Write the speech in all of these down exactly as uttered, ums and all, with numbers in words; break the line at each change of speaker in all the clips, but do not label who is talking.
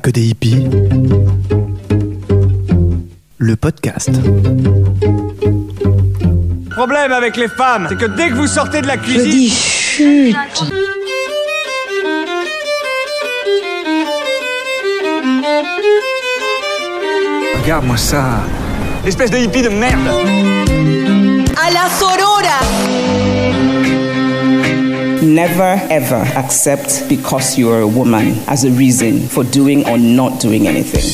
que des hippies. Le podcast.
Le problème avec les femmes, c'est que dès que vous sortez de la cuisine...
Je dis chut.
Regarde-moi ça. Espèce de hippie de merde.
À la Sorora.
Never ever accept because you are a woman as a reason for doing or not doing anything.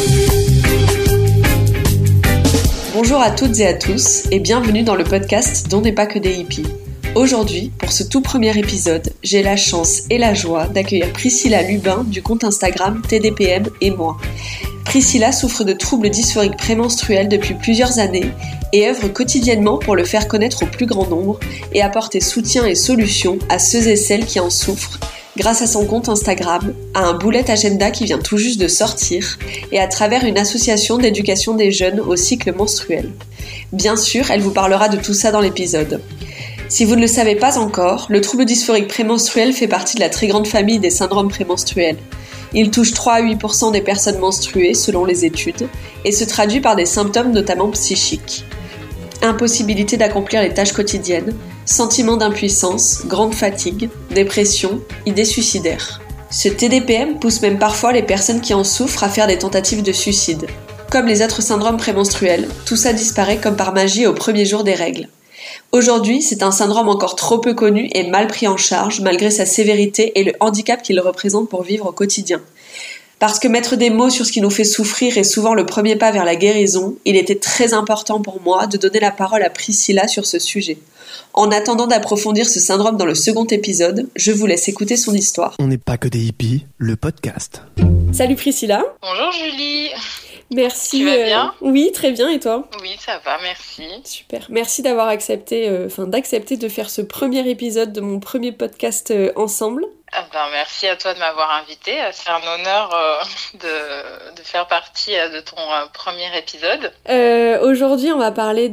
Bonjour à toutes et à tous et bienvenue dans le podcast dont n'est pas que des hippies. Aujourd'hui, pour ce tout premier épisode, j'ai la chance et la joie d'accueillir Priscilla Lubin du compte Instagram T D P M et moi. Priscilla souffre de troubles dysphoriques prémenstruels depuis plusieurs années et œuvre quotidiennement pour le faire connaître au plus grand nombre et apporter soutien et solutions à ceux et celles qui en souffrent grâce à son compte Instagram, à un bullet agenda qui vient tout juste de sortir et à travers une association d'éducation des jeunes au cycle menstruel. Bien sûr, elle vous parlera de tout ça dans l'épisode. Si vous ne le savez pas encore, le trouble dysphorique prémenstruel fait partie de la très grande famille des syndromes prémenstruels. Il touche trois à huit pour cent des personnes menstruées selon les études et se traduit par des symptômes notamment psychiques. Impossibilité d'accomplir les tâches quotidiennes, sentiment d'impuissance, grande fatigue, dépression, idées suicidaires. Ce T D P M pousse même parfois les personnes qui en souffrent à faire des tentatives de suicide. Comme les autres syndromes prémenstruels, tout ça disparaît comme par magie au premier jour des règles. Aujourd'hui, c'est un syndrome encore trop peu connu et mal pris en charge malgré sa sévérité et le handicap qu'il représente pour vivre au quotidien. Parce que mettre des mots sur ce qui nous fait souffrir est souvent le premier pas vers la guérison, il était très important pour moi de donner la parole à Priscilla sur ce sujet. En attendant d'approfondir ce syndrome dans le second épisode, je vous laisse écouter son histoire.
On n'est pas que des hippies, le podcast.
Salut Priscilla.
Bonjour Julie.
Merci.
Tu vas bien ?
euh... Oui, très bien, et toi ?
Oui, ça va, merci.
Super. Merci d'avoir accepté, euh, enfin d'accepter de faire ce premier épisode de mon premier podcast euh, ensemble.
Ah ben, merci à toi de m'avoir invitée. C'est un honneur euh, de, de faire partie euh, de ton euh, premier épisode.
Euh, aujourd'hui, on va parler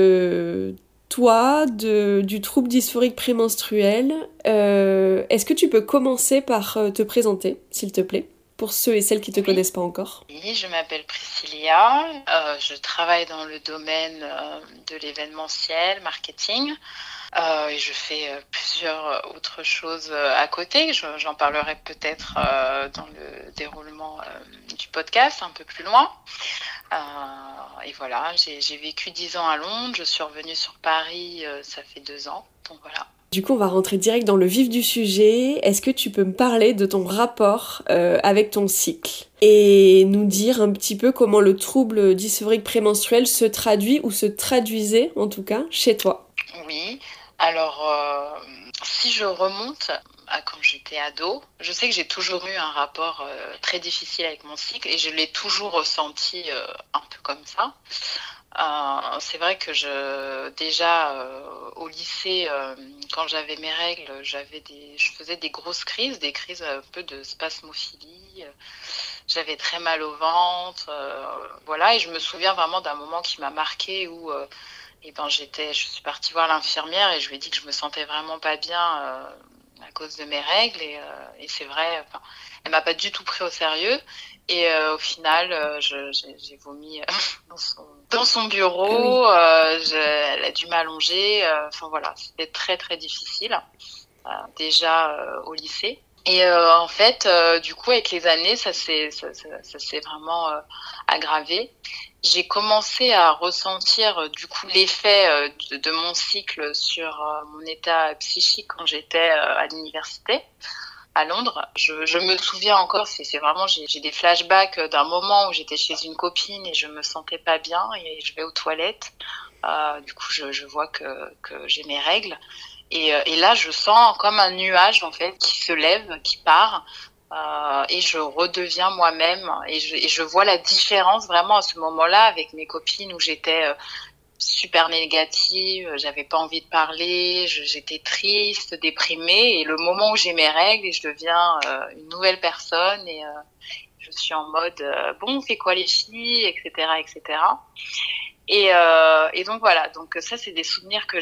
de toi, de, du trouble dysphorique prémenstruel. Euh, est-ce que tu peux commencer par euh, te présenter, s'il te plaît ? Pour ceux et celles qui ne te oui. connaissent pas encore.
Oui, je m'appelle Priscilla, euh, je travaille dans le domaine euh, de l'événementiel, marketing, euh, et je fais euh, plusieurs autres choses euh, à côté. Je, j'en parlerai peut-être euh, dans le déroulement euh, du podcast, un peu plus loin. Euh, et voilà, j'ai, j'ai vécu dix ans à Londres, je suis revenue sur Paris, euh, ça fait deux ans, donc voilà.
Du coup, on va rentrer direct dans le vif du sujet. Est-ce que tu peux me parler de ton rapport euh, avec ton cycle et nous dire un petit peu comment le trouble dysphorique prémenstruel se traduit ou se traduisait, en tout cas, chez toi ?
Oui, alors euh, si je remonte à quand j'étais ado, je sais que j'ai toujours eu un rapport euh, très difficile avec mon cycle et je l'ai toujours ressenti euh, un peu comme ça. Euh, c'est vrai que je déjà euh, au lycée, euh, quand j'avais mes règles, j'avais des, je faisais des grosses crises, des crises un peu de spasmophilie. J'avais très mal au ventre, euh, voilà. Et je me souviens vraiment d'un moment qui m'a marquée où, euh, eh ben j'étais, je suis partie voir l'infirmière et je lui ai dit que je me sentais vraiment pas bien euh, à cause de mes règles et, euh, et c'est vrai, enfin, elle m'a pas du tout pris au sérieux. Et euh, au final, euh, je, j'ai, j'ai vomi euh, dans, son, dans son bureau, euh, je, elle a dû m'allonger, euh, enfin voilà, c'était très très difficile, euh, déjà euh, au lycée. Et euh, en fait, euh, du coup, avec les années, ça s'est, ça, ça, ça s'est vraiment euh, aggravé. J'ai commencé à ressentir euh, du coup l'effet euh, de, de mon cycle sur euh, mon état psychique quand j'étais euh, à l'université. À Londres, je, je me souviens encore, c'est, c'est vraiment, j'ai, j'ai des flashbacks d'un moment où j'étais chez une copine et je me sentais pas bien et je vais aux toilettes. Euh, du coup, je, je vois que, que j'ai mes règles et, et là, je sens comme un nuage en fait qui se lève, qui part euh, et je redeviens moi-même et je, et je vois la différence vraiment à ce moment-là avec mes copines où j'étais euh, super négative, j'avais pas envie de parler, je, j'étais triste, déprimée et le moment où j'ai mes règles et je deviens euh, une nouvelle personne et euh, je suis en mode euh, bon, on fait quoi les filles, et cetera, et cetera. Et, euh, et donc voilà, donc ça c'est des souvenirs que j'ai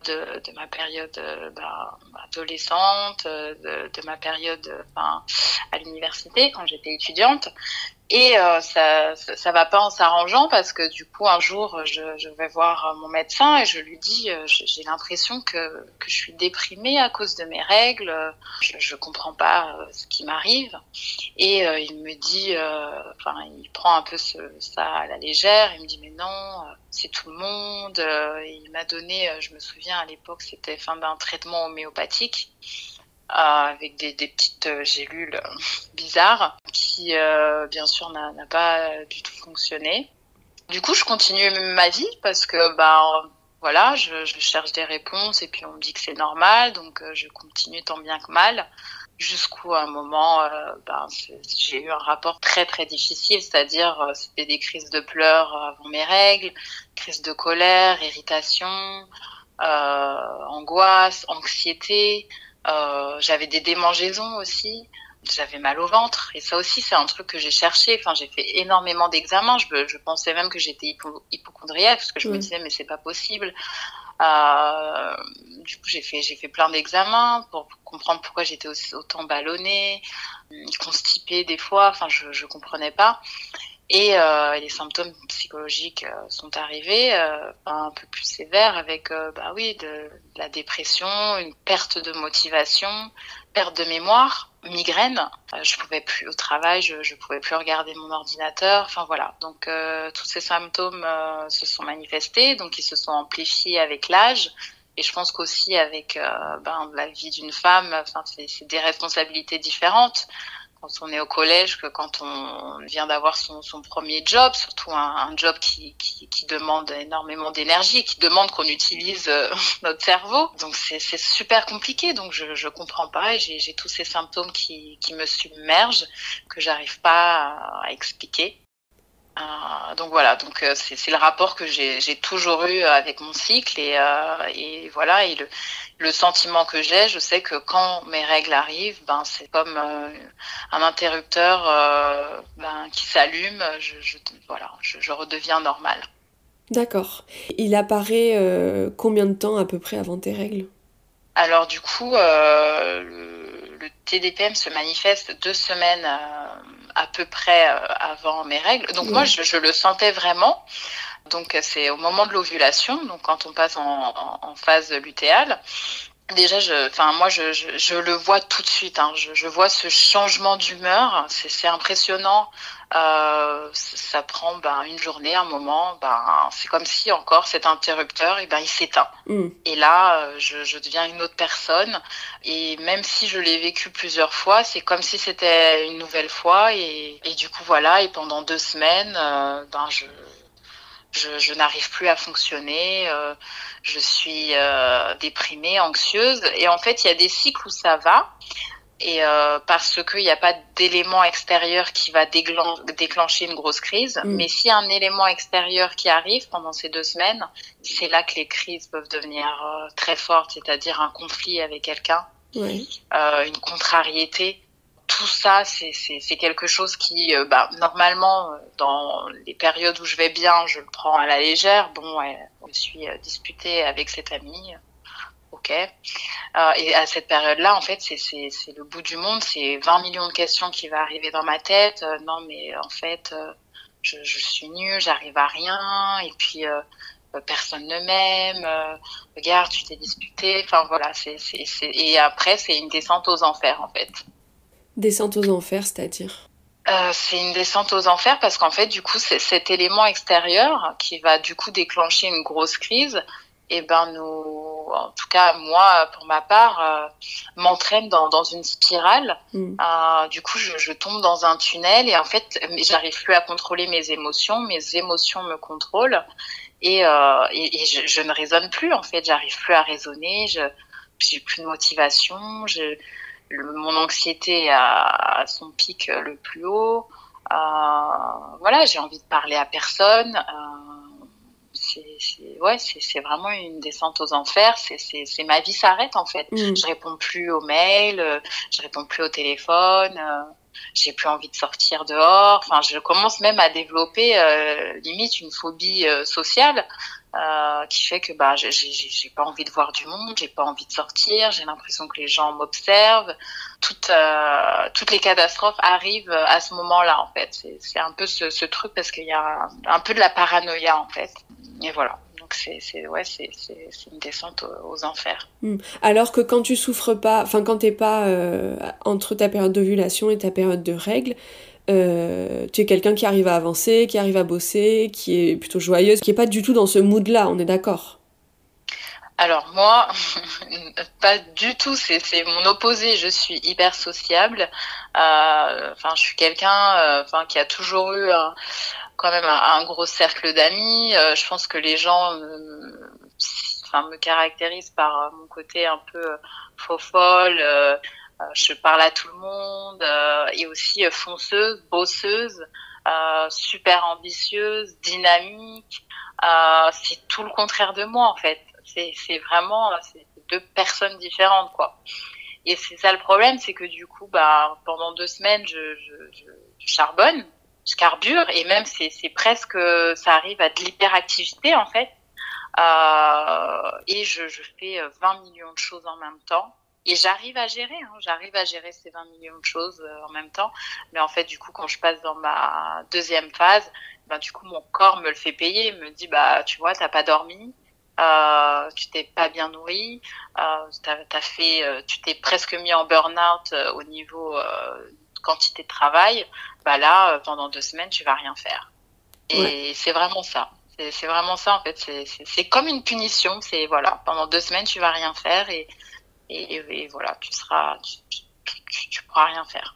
de, de ma période euh, bah, adolescente, de, de ma période enfin, à l'université quand j'étais étudiante. Et euh, ça, ça, ça va pas en s'arrangeant parce que du coup un jour je, je vais voir mon médecin et je lui dis euh, j'ai l'impression que que je suis déprimée à cause de mes règles, je, je comprends pas euh, ce qui m'arrive et euh, il me dit, enfin euh, il prend un peu ce, ça à la légère, il me dit mais non euh, c'est tout le monde, euh, et il m'a donné, euh, je me souviens à l'époque c'était fin d'un traitement homéopathique. Euh, avec des, des petites euh, gélules euh, bizarres qui, euh, bien sûr, n'a, n'a pas euh, du tout fonctionné. Du coup, je continue ma vie parce que, bah, voilà, je, je cherche des réponses et puis on me dit que c'est normal, donc euh, je continue tant bien que mal. Jusqu'à un moment, euh, ben, j'ai eu un rapport très très difficile, c'est-à-dire euh, c'était des crises de pleurs avant mes règles, crises de colère, irritation, euh, angoisse, anxiété. Euh, j'avais des démangeaisons aussi, j'avais mal au ventre et ça aussi c'est un truc que j'ai cherché. Enfin, j'ai fait énormément d'examens, je, je pensais même que j'étais hypo, hypocondriaque parce que je mmh. me disais mais c'est pas possible. Euh, du coup j'ai fait j'ai fait plein d'examens pour, pour comprendre pourquoi j'étais aussi, autant ballonnée, constipée des fois. Enfin, je je comprenais pas. Et euh, les symptômes psychologiques euh, sont arrivés euh, un peu plus sévères avec euh, bah oui de, de la dépression, une perte de motivation, perte de mémoire, migraine. Euh, je pouvais plus au travail, je je pouvais plus regarder mon ordinateur. Enfin voilà. Donc euh, tous ces symptômes euh, se sont manifestés, donc ils se sont amplifiés avec l'âge. Et je pense qu'aussi avec euh, ben la vie d'une femme, enfin c'est, c'est des responsabilités différentes. Quand on est au collège, que quand on vient d'avoir son, son premier job, surtout un, un job qui, qui, qui demande énormément d'énergie, qui demande qu'on utilise euh, notre cerveau. Donc c'est, c'est super compliqué, donc je, je comprends pas et j'ai, j'ai tous ces symptômes qui, qui me submergent, que j'arrive pas à, à expliquer. Euh, donc voilà, donc euh, c'est, c'est le rapport que j'ai, j'ai toujours eu avec mon cycle et, euh, et voilà, et le, le sentiment que j'ai, je sais que quand mes règles arrivent, ben c'est comme euh, un interrupteur euh, ben, qui s'allume, je, je, voilà, je, je redeviens normale.
D'accord. Il apparaît euh, combien de temps à peu près avant tes règles ?
Alors du coup, euh, le, le T D P M se manifeste deux semaines euh, à peu près euh, avant mes règles. Donc oui. moi, je, je le sentais vraiment. Donc c'est au moment de l'ovulation, donc quand on passe en, en, en phase lutéale. Déjà, je, enfin moi, je, je, je le vois tout de suite. Hein. Je, je vois ce changement d'humeur. C'est, c'est impressionnant. Euh, ça prend ben une journée, un moment. Ben c'est comme si encore cet interrupteur, et ben il s'éteint. Mm. Et là, je, je deviens une autre personne. Et même si je l'ai vécu plusieurs fois, c'est comme si c'était une nouvelle fois. Et, et du coup, voilà. Et pendant deux semaines, euh, ben je Je, je n'arrive plus à fonctionner, euh, je suis euh, déprimée, anxieuse. Et en fait, il y a des cycles où ça va, et euh, parce qu'il n'y a pas d'élément extérieur qui va déglan- déclencher une grosse crise. Mmh. Mais s'il y a un élément extérieur qui arrive pendant ces deux semaines, c'est là que les crises peuvent devenir euh, très fortes, c'est-à-dire un conflit avec quelqu'un, oui. euh, une contrariété. Tout ça, c'est, c'est, c'est quelque chose qui, euh, bah, normalement, dans les périodes où je vais bien, je le prends à la légère. Bon, ouais, je me suis euh, disputée avec cette amie, ok. Euh, et à cette période-là, en fait, c'est, c'est, c'est le bout du monde. C'est vingt millions de questions qui vont arriver dans ma tête. Euh, non, mais en fait, euh, je, je suis nulle, j'arrive à rien. Et puis, euh, personne ne m'aime. Euh, regarde, tu t'es disputée. Enfin, voilà. C'est, c'est, c'est... Et après, c'est une descente aux enfers, en fait.
Descente aux enfers, c'est-à-dire
euh, c'est une descente aux enfers parce qu'en fait, du coup, c'est cet élément extérieur qui va du coup déclencher une grosse crise. Et ben, nous, en tout cas, moi, pour ma part, euh, m'entraîne dans, dans une spirale. Mm. Euh, du coup, je, je tombe dans un tunnel et en fait, j'arrive plus à contrôler mes émotions. Mes émotions me contrôlent et, euh, et, et je, je ne raisonne plus. En fait, j'arrive plus à raisonner. Je, j'ai plus de motivation. Je Le, mon anxiété à, à son pic le plus haut. Euh, voilà, j'ai envie de parler à personne. Euh, c'est, c'est, ouais, c'est, c'est vraiment une descente aux enfers. C'est, c'est, c'est ma vie s'arrête en fait. Mmh. Je réponds plus aux mails, je réponds plus au téléphone. Euh, j'ai plus envie de sortir dehors. Enfin, je commence même à développer euh, limite une phobie euh, sociale euh, qui fait que bah j'ai, j'ai, j'ai pas envie de voir du monde, j'ai pas envie de sortir, j'ai l'impression que les gens m'observent. Toutes euh, toutes les catastrophes arrivent à ce moment-là en fait. C'est, c'est un peu ce, ce truc parce qu'il y a un, un peu de la paranoïa en fait. Et voilà. Donc c'est c'est ouais c'est c'est c'est une descente aux, aux enfers.
Alors que quand tu souffres pas, enfin quand t'es pas euh, entre ta période d'ovulation et ta période de règles, euh, tu es quelqu'un qui arrive à avancer, qui arrive à bosser, qui est plutôt joyeuse, qui est pas du tout dans ce mood-là. On est d'accord?
Alors moi, pas du tout. C'est c'est mon opposé. Je suis hyper sociable. Euh, Enfin, je suis quelqu'un, enfin, qui a toujours eu un quand même un, un gros cercle d'amis. Euh, je pense que les gens euh, enfin, me caractérisent par mon côté un peu euh, faux-folle. Euh, euh, je parle à tout le monde euh, et aussi euh, fonceuse, bosseuse, euh, super ambitieuse, dynamique. Euh, c'est tout le contraire de moi en fait. C'est, c'est vraiment c'est deux personnes différentes quoi. Et c'est ça le problème, c'est que du coup, bah pendant deux semaines, je, je, je, je charbonne. Je carbure et même c'est c'est presque ça arrive à de l'hyperactivité en fait euh, et je je fais vingt millions de choses en même temps et j'arrive à gérer hein, j'arrive à gérer ces vingt millions de choses en même temps, mais en fait du coup quand je passe dans ma deuxième phase, ben du coup mon corps me le fait payer, me dit bah tu vois t'as pas dormi, euh, tu t'es pas bien nourri, euh, t'as t'as fait tu t'es presque mis en burn-out au niveau euh, quantité de travail, bah là, pendant deux semaines, tu vas rien faire. Et ouais. c'est vraiment ça. C'est, c'est vraiment ça, en fait. C'est, c'est, c'est comme une punition. C'est, voilà, pendant deux semaines, tu vas rien faire et, et, et, et voilà, tu seras, tu, tu, tu, tu pourras rien faire.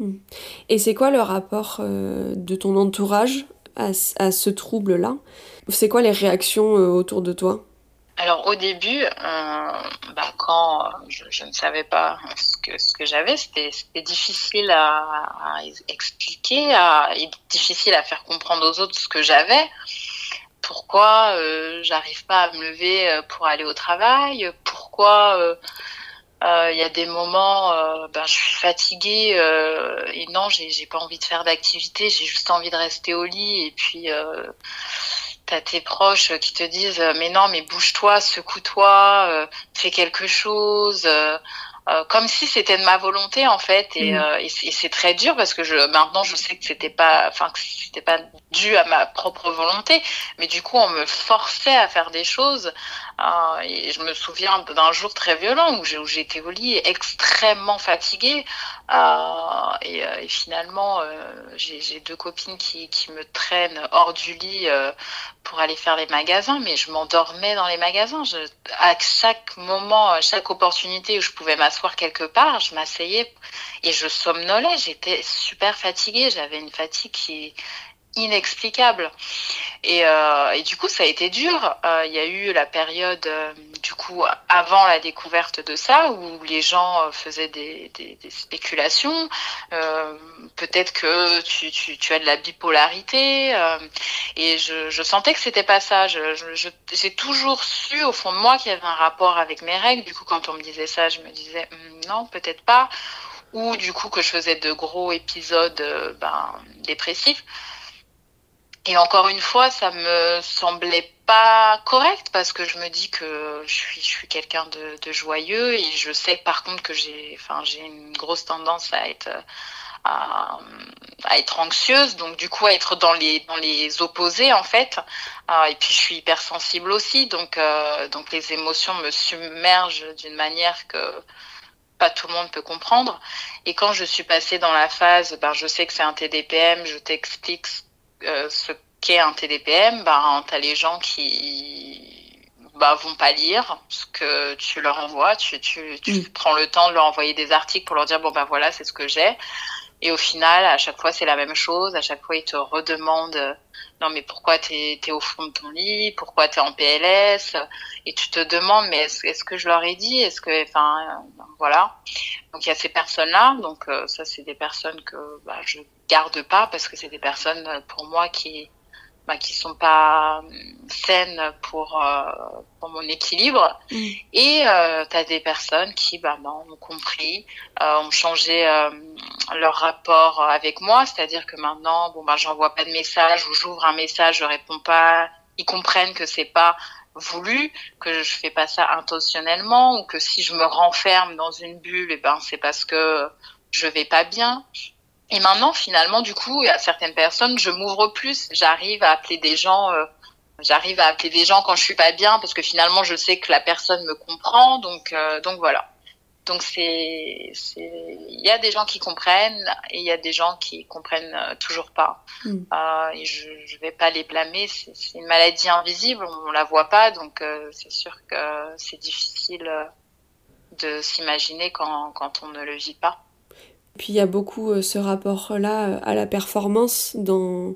Et c'est quoi le rapport euh, de ton entourage à, à ce trouble-là? C'est quoi les réactions euh, autour de toi?
Alors au début, euh, bah, quand je, je ne savais pas ce que ce que j'avais, c'était c'était difficile à, à expliquer, à, et difficile à faire comprendre aux autres ce que j'avais. Pourquoi euh, j'arrive pas à me lever pour aller au travail? Pourquoi il euh, euh, y a des moments, euh, ben je suis fatiguée euh, et non, j'ai j'ai pas envie de faire d'activité, j'ai juste envie de rester au lit et puis. Euh, T'as tes proches qui te disent mais non mais bouge-toi, secoue-toi, euh, fais quelque chose, euh, euh, comme si c'était de ma volonté en fait et, mmh. euh, et, c'est, et c'est très dur parce que je maintenant je sais que c'était pas enfin que c'était pas dû à ma propre volonté, mais du coup on me forçait à faire des choses euh, et je me souviens d'un jour très violent où, j'ai, où j'étais au lit extrêmement fatiguée euh, et, et finalement euh, j'ai, j'ai deux copines qui, qui me traînent hors du lit euh, pour aller faire les magasins, mais je m'endormais dans les magasins. Je, à chaque moment, à chaque opportunité où je pouvais m'asseoir quelque part, je m'asseyais et je somnolais. J'étais super fatiguée. J'avais une fatigue qui est inexplicable. Et, euh, et du coup, ça a été dur. Euh, il y a eu la période, euh, du coup, avant la découverte de ça, où les gens faisaient des, des, des spéculations. Euh, peut-être que tu, tu, tu as de la bipolarité. Euh, et je, je sentais que c'était pas ça. Je, je, je, j'ai toujours su, au fond de moi, qu'il y avait un rapport avec mes règles. Du coup, quand on me disait ça, je me disais, non, peut-être pas. Ou du coup, que je faisais de gros épisodes euh, ben, dépressifs. Et encore une fois, ça me semblait pas correct parce que je me dis que je suis, je suis quelqu'un de, de joyeux et je sais par contre que j'ai, enfin, j'ai une grosse tendance à être, à, à être anxieuse, donc du coup à être dans les, dans les opposés en fait. Euh, et puis je suis hypersensible aussi, donc, euh, donc les émotions me submergent d'une manière que pas tout le monde peut comprendre. Et quand je suis passée dans la phase, ben je sais que c'est un T D P M, je t'explique Euh, ce qu'est un T D P M, bah, t'as les gens qui bah, vont pas lire ce que tu leur envoies, tu, tu, tu mmh. prends le temps de leur envoyer des articles pour leur dire bon bah voilà c'est ce que j'ai, et au final à chaque fois c'est la même chose, à chaque fois ils te redemandent non mais pourquoi t'es, t'es au fond de ton lit, pourquoi t'es en P L S, et tu te demandes mais est-ce, est-ce que je leur ai dit, est-ce que enfin euh, voilà, donc il y a ces personnes là, donc euh, ça c'est des personnes que bah, je garde pas parce que c'est des personnes pour moi qui bah, qui sont pas saines pour euh, pour mon équilibre. Mmh. Et euh, t'as des personnes qui bah non ont compris, euh, ont changé euh, leur rapport avec moi, c'est-à-dire que maintenant, bon, ben, j'envoie pas de message ou j'ouvre un message, je réponds pas. Ils comprennent que c'est pas voulu, que je fais pas ça intentionnellement, ou que si je me renferme dans une bulle, eh ben, c'est parce que je vais pas bien. Et maintenant, finalement, du coup, il y a certaines personnes, je m'ouvre plus. J'arrive à appeler des gens, euh, j'arrive à appeler des gens quand je suis pas bien, parce que finalement, je sais que la personne me comprend. Donc, euh, donc voilà. Donc c'est, c'est, il y a des gens qui comprennent et il y a des gens qui comprennent euh, toujours pas. Mm. Euh, et je, je vais pas les blâmer. C'est, c'est une maladie invisible, on, on la voit pas, donc euh, c'est sûr que c'est difficile de s'imaginer quand, quand on ne le vit pas.
Puis il y a beaucoup euh, ce rapport-là à la performance dans,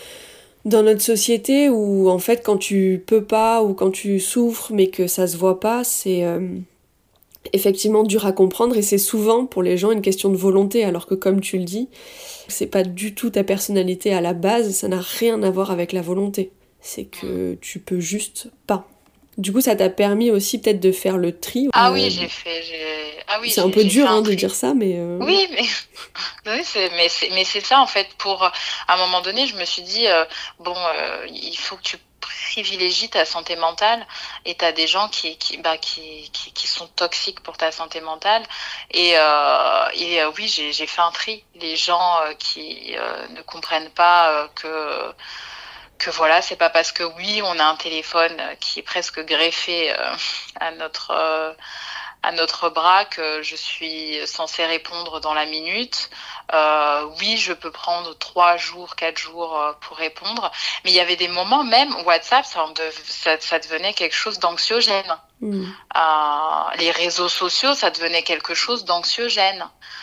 dans notre société où en fait quand tu peux pas ou quand tu souffres mais que ça se voit pas, c'est euh, effectivement dur à comprendre et c'est souvent pour les gens une question de volonté alors que comme tu le dis, c'est pas du tout ta personnalité à la base, ça n'a rien à voir avec la volonté. C'est que tu peux juste pas. Du coup, ça t'a permis aussi peut-être de faire le tri.
Ah
euh...
oui, j'ai fait. J'ai... Ah oui,
c'est
j'ai,
un peu dur hein,
de
dire ça, mais. Euh...
Oui, mais oui, c'est, mais c'est, mais c'est ça en fait. Pour à un moment donné, je me suis dit euh, bon, euh, il faut que tu privilégies ta santé mentale et t'as des gens qui qui bah qui qui, qui sont toxiques pour ta santé mentale et euh, et euh, oui, j'ai j'ai fait un tri. Les gens euh, qui euh, ne comprennent pas euh, que que voilà, c'est pas parce que oui, on a un téléphone qui est presque greffé euh, à notre euh, à notre bras que je suis censée répondre dans la minute. Euh, oui, je peux prendre trois jours, quatre jours euh, pour répondre, mais il y avait des moments même WhatsApp, ça, ça, ça devenait quelque chose d'anxiogène. Mmh. Euh, les réseaux sociaux, ça devenait quelque chose d'anxiogène.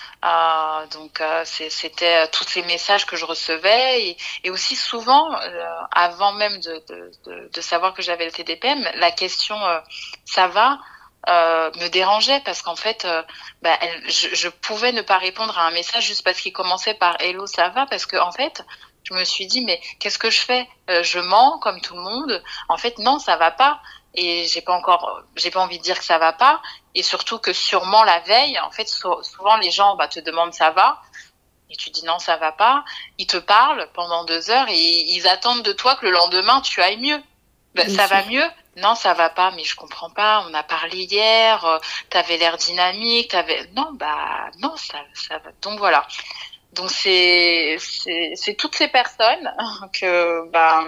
Euh, donc euh, c'est, c'était euh, tous ces messages que je recevais et, et aussi souvent euh, avant même de, de, de, de savoir que j'avais le T D P M, la question euh, ça va euh, me dérangeait parce qu'en fait euh, bah, elle, je, je pouvais ne pas répondre à un message juste parce qu'il commençait par hello ça va parce que en fait je me suis dit mais qu'est-ce que je fais euh, je mens comme tout le monde en fait non ça va pas. Et j'ai pas encore, j'ai pas envie de dire que ça va pas. Et surtout que sûrement la veille, en fait, so- souvent les gens bah, te demandent ça va. Et tu dis non, ça va pas. Ils te parlent pendant deux heures et ils attendent de toi que le lendemain tu ailles mieux. Ben, ça va mieux? Non, ça va pas. Mais je comprends pas. On a parlé hier. Euh, t'avais l'air dynamique. T'avais non, bah non, ça, ça va. Donc voilà. Donc c'est, c'est, c'est toutes ces personnes que bah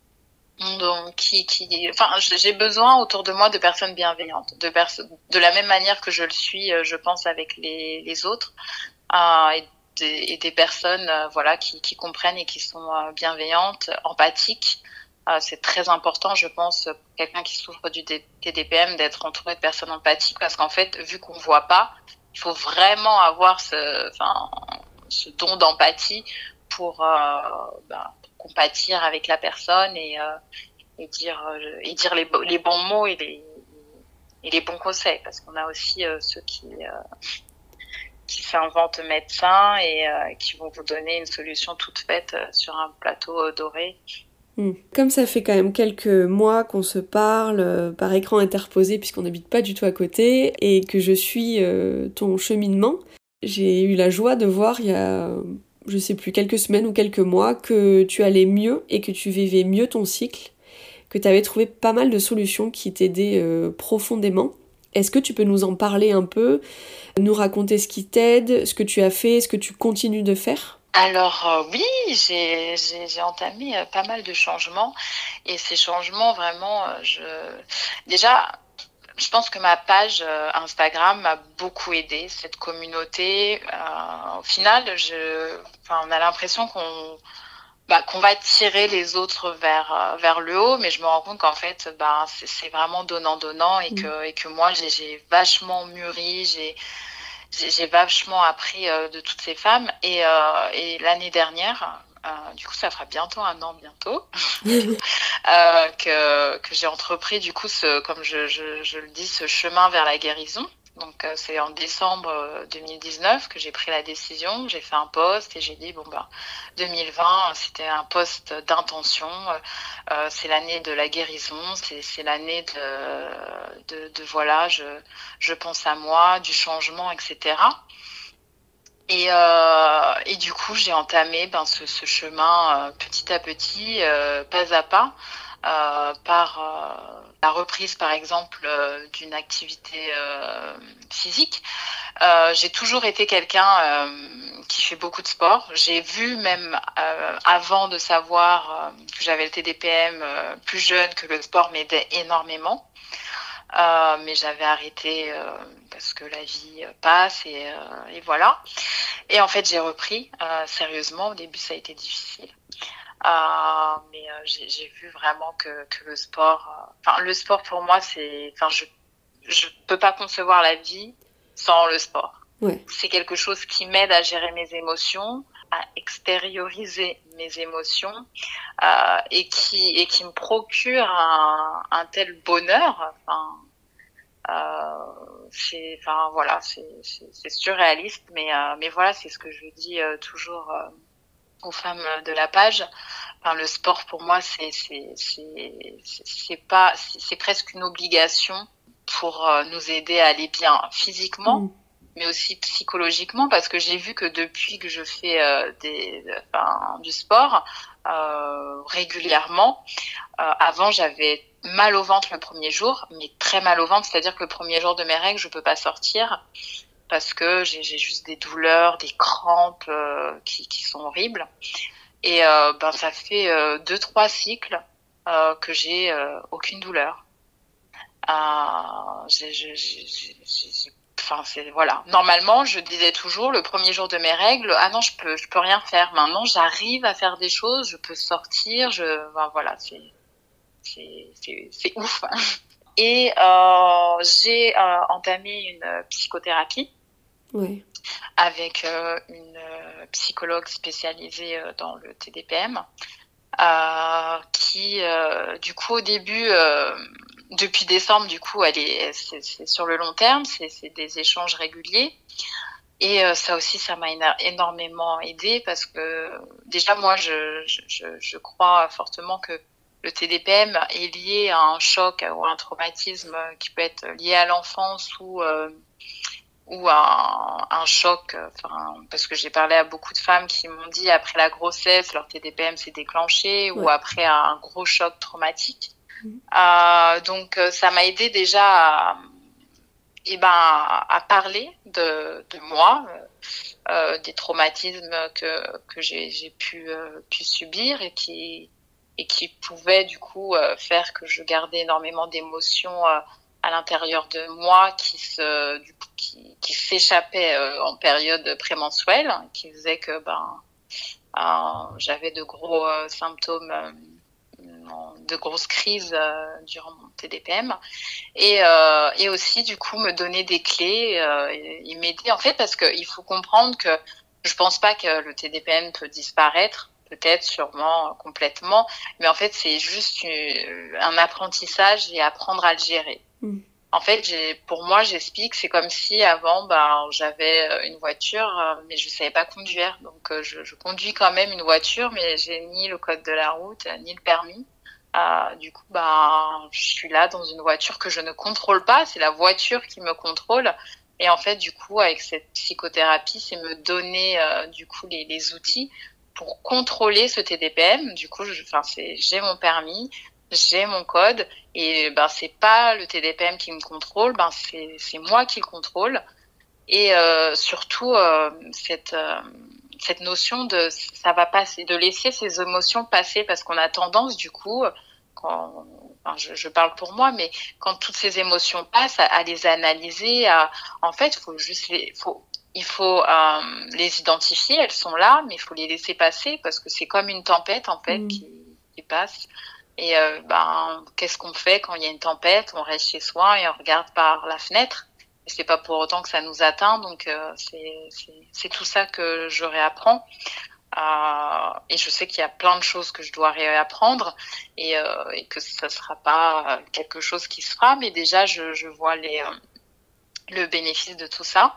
Donc, qui, qui, enfin, j'ai besoin autour de moi de personnes bienveillantes, de personnes, de la même manière que je le suis, je pense, avec les, les autres, euh, et, des, et des personnes, euh, voilà, qui, qui comprennent et qui sont euh, bienveillantes, empathiques. Euh, c'est très important, je pense, pour quelqu'un qui souffre du T D P M, d'être entouré de personnes empathiques, parce qu'en fait, vu qu'on voit pas, il faut vraiment avoir ce, enfin, ce don d'empathie pour, euh, ben, compatir avec la personne et, euh, et dire, euh, et dire les, les bons mots et les, et les bons conseils. Parce qu'on a aussi euh, ceux qui, euh, qui s'inventent médecins et euh, qui vont vous donner une solution toute faite euh, sur un plateau euh, doré.
Comme ça fait quand même quelques mois qu'on se parle euh, par écran interposé puisqu'on n'habite pas du tout à côté et que je suis euh, ton cheminement, j'ai eu la joie de voir il y a... je sais plus, quelques semaines ou quelques mois, que tu allais mieux et que tu vivais mieux ton cycle, que tu avais trouvé pas mal de solutions qui t'aidaient euh, profondément. Est-ce que tu peux nous en parler un peu, nous raconter ce qui t'aide, ce que tu as fait, ce que tu continues de faire ?
Alors euh, oui, j'ai, j'ai, j'ai entamé euh, pas mal de changements et ces changements vraiment, euh, je... déjà... Je pense que ma page euh, Instagram m'a beaucoup aidée, cette communauté. Euh, au final, je, enfin, on a l'impression qu'on, bah, qu'on va tirer les autres vers euh, vers le haut, mais je me rends compte qu'en fait, bah, c'est, c'est vraiment donnant-donnant et que et que moi, j'ai, j'ai vachement mûri, j'ai j'ai, j'ai vachement appris euh, de toutes ces femmes. Et euh, et l'année dernière. Euh, du coup, ça fera bientôt un an, bientôt, euh, que, que j'ai entrepris, du coup, ce, comme je, je, je le dis, ce chemin vers la guérison. Donc, euh, c'est en décembre deux mille dix-neuf que j'ai pris la décision. J'ai fait un post et j'ai dit, bon, bah, deux mille vingt, c'était un post d'intention. Euh, c'est l'année de la guérison. C'est, c'est l'année de, de, de, voilà, je, je pense à moi, du changement, et cetera. Et, euh, du coup, j'ai entamé ben, ce, ce chemin euh, petit à petit, euh, pas à pas, euh, par euh, la reprise, par exemple, euh, d'une activité euh, physique. Euh, j'ai toujours été quelqu'un euh, qui fait beaucoup de sport. J'ai vu même euh, avant de savoir euh, que j'avais le T D P M euh, plus jeune que le sport m'aidait énormément. Euh, mais j'avais arrêté euh, parce que la vie passe et, euh, et voilà. Et en fait, j'ai repris euh, sérieusement. Au début, ça a été difficile. Euh, mais euh, j'ai, j'ai vu vraiment que, que le sport... Enfin, euh, le sport, pour moi, c'est... Enfin, je je peux pas concevoir la vie sans le sport.
Ouais.
C'est quelque chose qui m'aide à gérer mes émotions, à extérioriser mes émotions euh, et qui et qui me procure un, un tel bonheur. Enfin, euh, c'est enfin voilà, c'est, c'est, c'est surréaliste, mais euh, mais voilà, c'est ce que je dis euh, toujours euh, aux femmes de la page. Enfin, le sport pour moi, c'est c'est c'est c'est, c'est pas c'est, c'est presque une obligation pour euh, nous aider à aller bien physiquement. Mmh. Mais aussi psychologiquement, parce que j'ai vu que depuis que je fais euh, des, enfin, du sport euh, régulièrement, euh, avant j'avais mal au ventre le premier jour, mais très mal au ventre, c'est-à-dire que le premier jour de mes règles, je peux pas sortir parce que j'ai, j'ai juste des douleurs, des crampes euh, qui, qui sont horribles. Et euh, ben ça fait euh, deux trois cycles euh, que j'ai euh, aucune douleur. Euh, j'ai, j'ai, j'ai, j'ai, j'ai Enfin, c'est, voilà. Normalement, je disais toujours, le premier jour de mes règles, ah non, je peux, je peux rien faire. Maintenant, j'arrive à faire des choses, je peux sortir, je, ben, voilà, c'est, c'est, c'est, c'est ouf. Et, euh, j'ai, euh, entamé une psychothérapie.
Oui.
Avec, euh, une euh, psychologue spécialisée euh, dans le T D P M, euh, qui, euh, du coup, au début, euh, depuis décembre, du coup, elle est, c'est, c'est sur le long terme, c'est, c'est des échanges réguliers. Et euh, ça aussi, ça m'a énormément aidée parce que déjà, moi, je, je, je crois fortement que le T D P M est lié à un choc ou à un traumatisme qui peut être lié à l'enfance ou euh, ou à un, un choc. Enfin, parce que j'ai parlé à beaucoup de femmes qui m'ont dit après la grossesse, leur T D P M s'est déclenché, ouais. Ou après un gros choc traumatique. Euh, donc ça m'a aidé déjà à, eh ben, à parler de, de moi, euh, des traumatismes que, que j'ai, j'ai pu, euh, pu subir et qui, et qui pouvaient du coup euh, faire que je gardais énormément d'émotions euh, à l'intérieur de moi qui, se, du coup, qui, qui s'échappaient euh, en période prémenstruelle, qui faisait que ben, euh, j'avais de gros euh, symptômes euh, de grosses crises euh, durant mon T D P M et euh, et aussi du coup me donner des clés euh, et, et m'aider en fait parce que il faut comprendre que je pense pas que le T D P M peut disparaître, peut-être sûrement complètement, mais en fait c'est juste une, un apprentissage et apprendre à le gérer. Mmh. En fait, j'ai, pour moi, j'explique, c'est comme si avant, ben, j'avais une voiture, mais je savais pas conduire. Donc, je, je conduis quand même une voiture, mais j'ai ni le code de la route, ni le permis. Euh, du coup, ben, je suis là dans une voiture que je ne contrôle pas. C'est la voiture qui me contrôle. Et en fait, du coup, avec cette psychothérapie, c'est me donner, euh, du coup, les, les outils pour contrôler ce T D P M. Du coup, je, enfin, c'est, j'ai mon permis. J'ai mon code et ben c'est pas le T D P M qui me contrôle, ben c'est c'est moi qui le contrôle et euh, surtout euh, cette euh, cette notion de ça va passer, de laisser ces émotions passer parce qu'on a tendance du coup quand enfin, je, je parle pour moi mais quand toutes ces émotions passent à, à les analyser, à en fait faut juste les faut il faut euh, les identifier, elles sont là mais il faut les laisser passer parce que c'est comme une tempête en fait mmh. qui qui passe. Et euh, ben, qu'est-ce qu'on fait quand il y a une tempête? On reste chez soi et on regarde par la fenêtre. Et c'est pas pour autant que ça nous atteint. Donc euh, c'est, c'est, c'est tout ça que je réapprends. Euh, et je sais qu'il y a plein de choses que je dois réapprendre et, euh, et que ça sera pas quelque chose qui se fera. Mais déjà, je, je vois les, euh, le bénéfice de tout ça.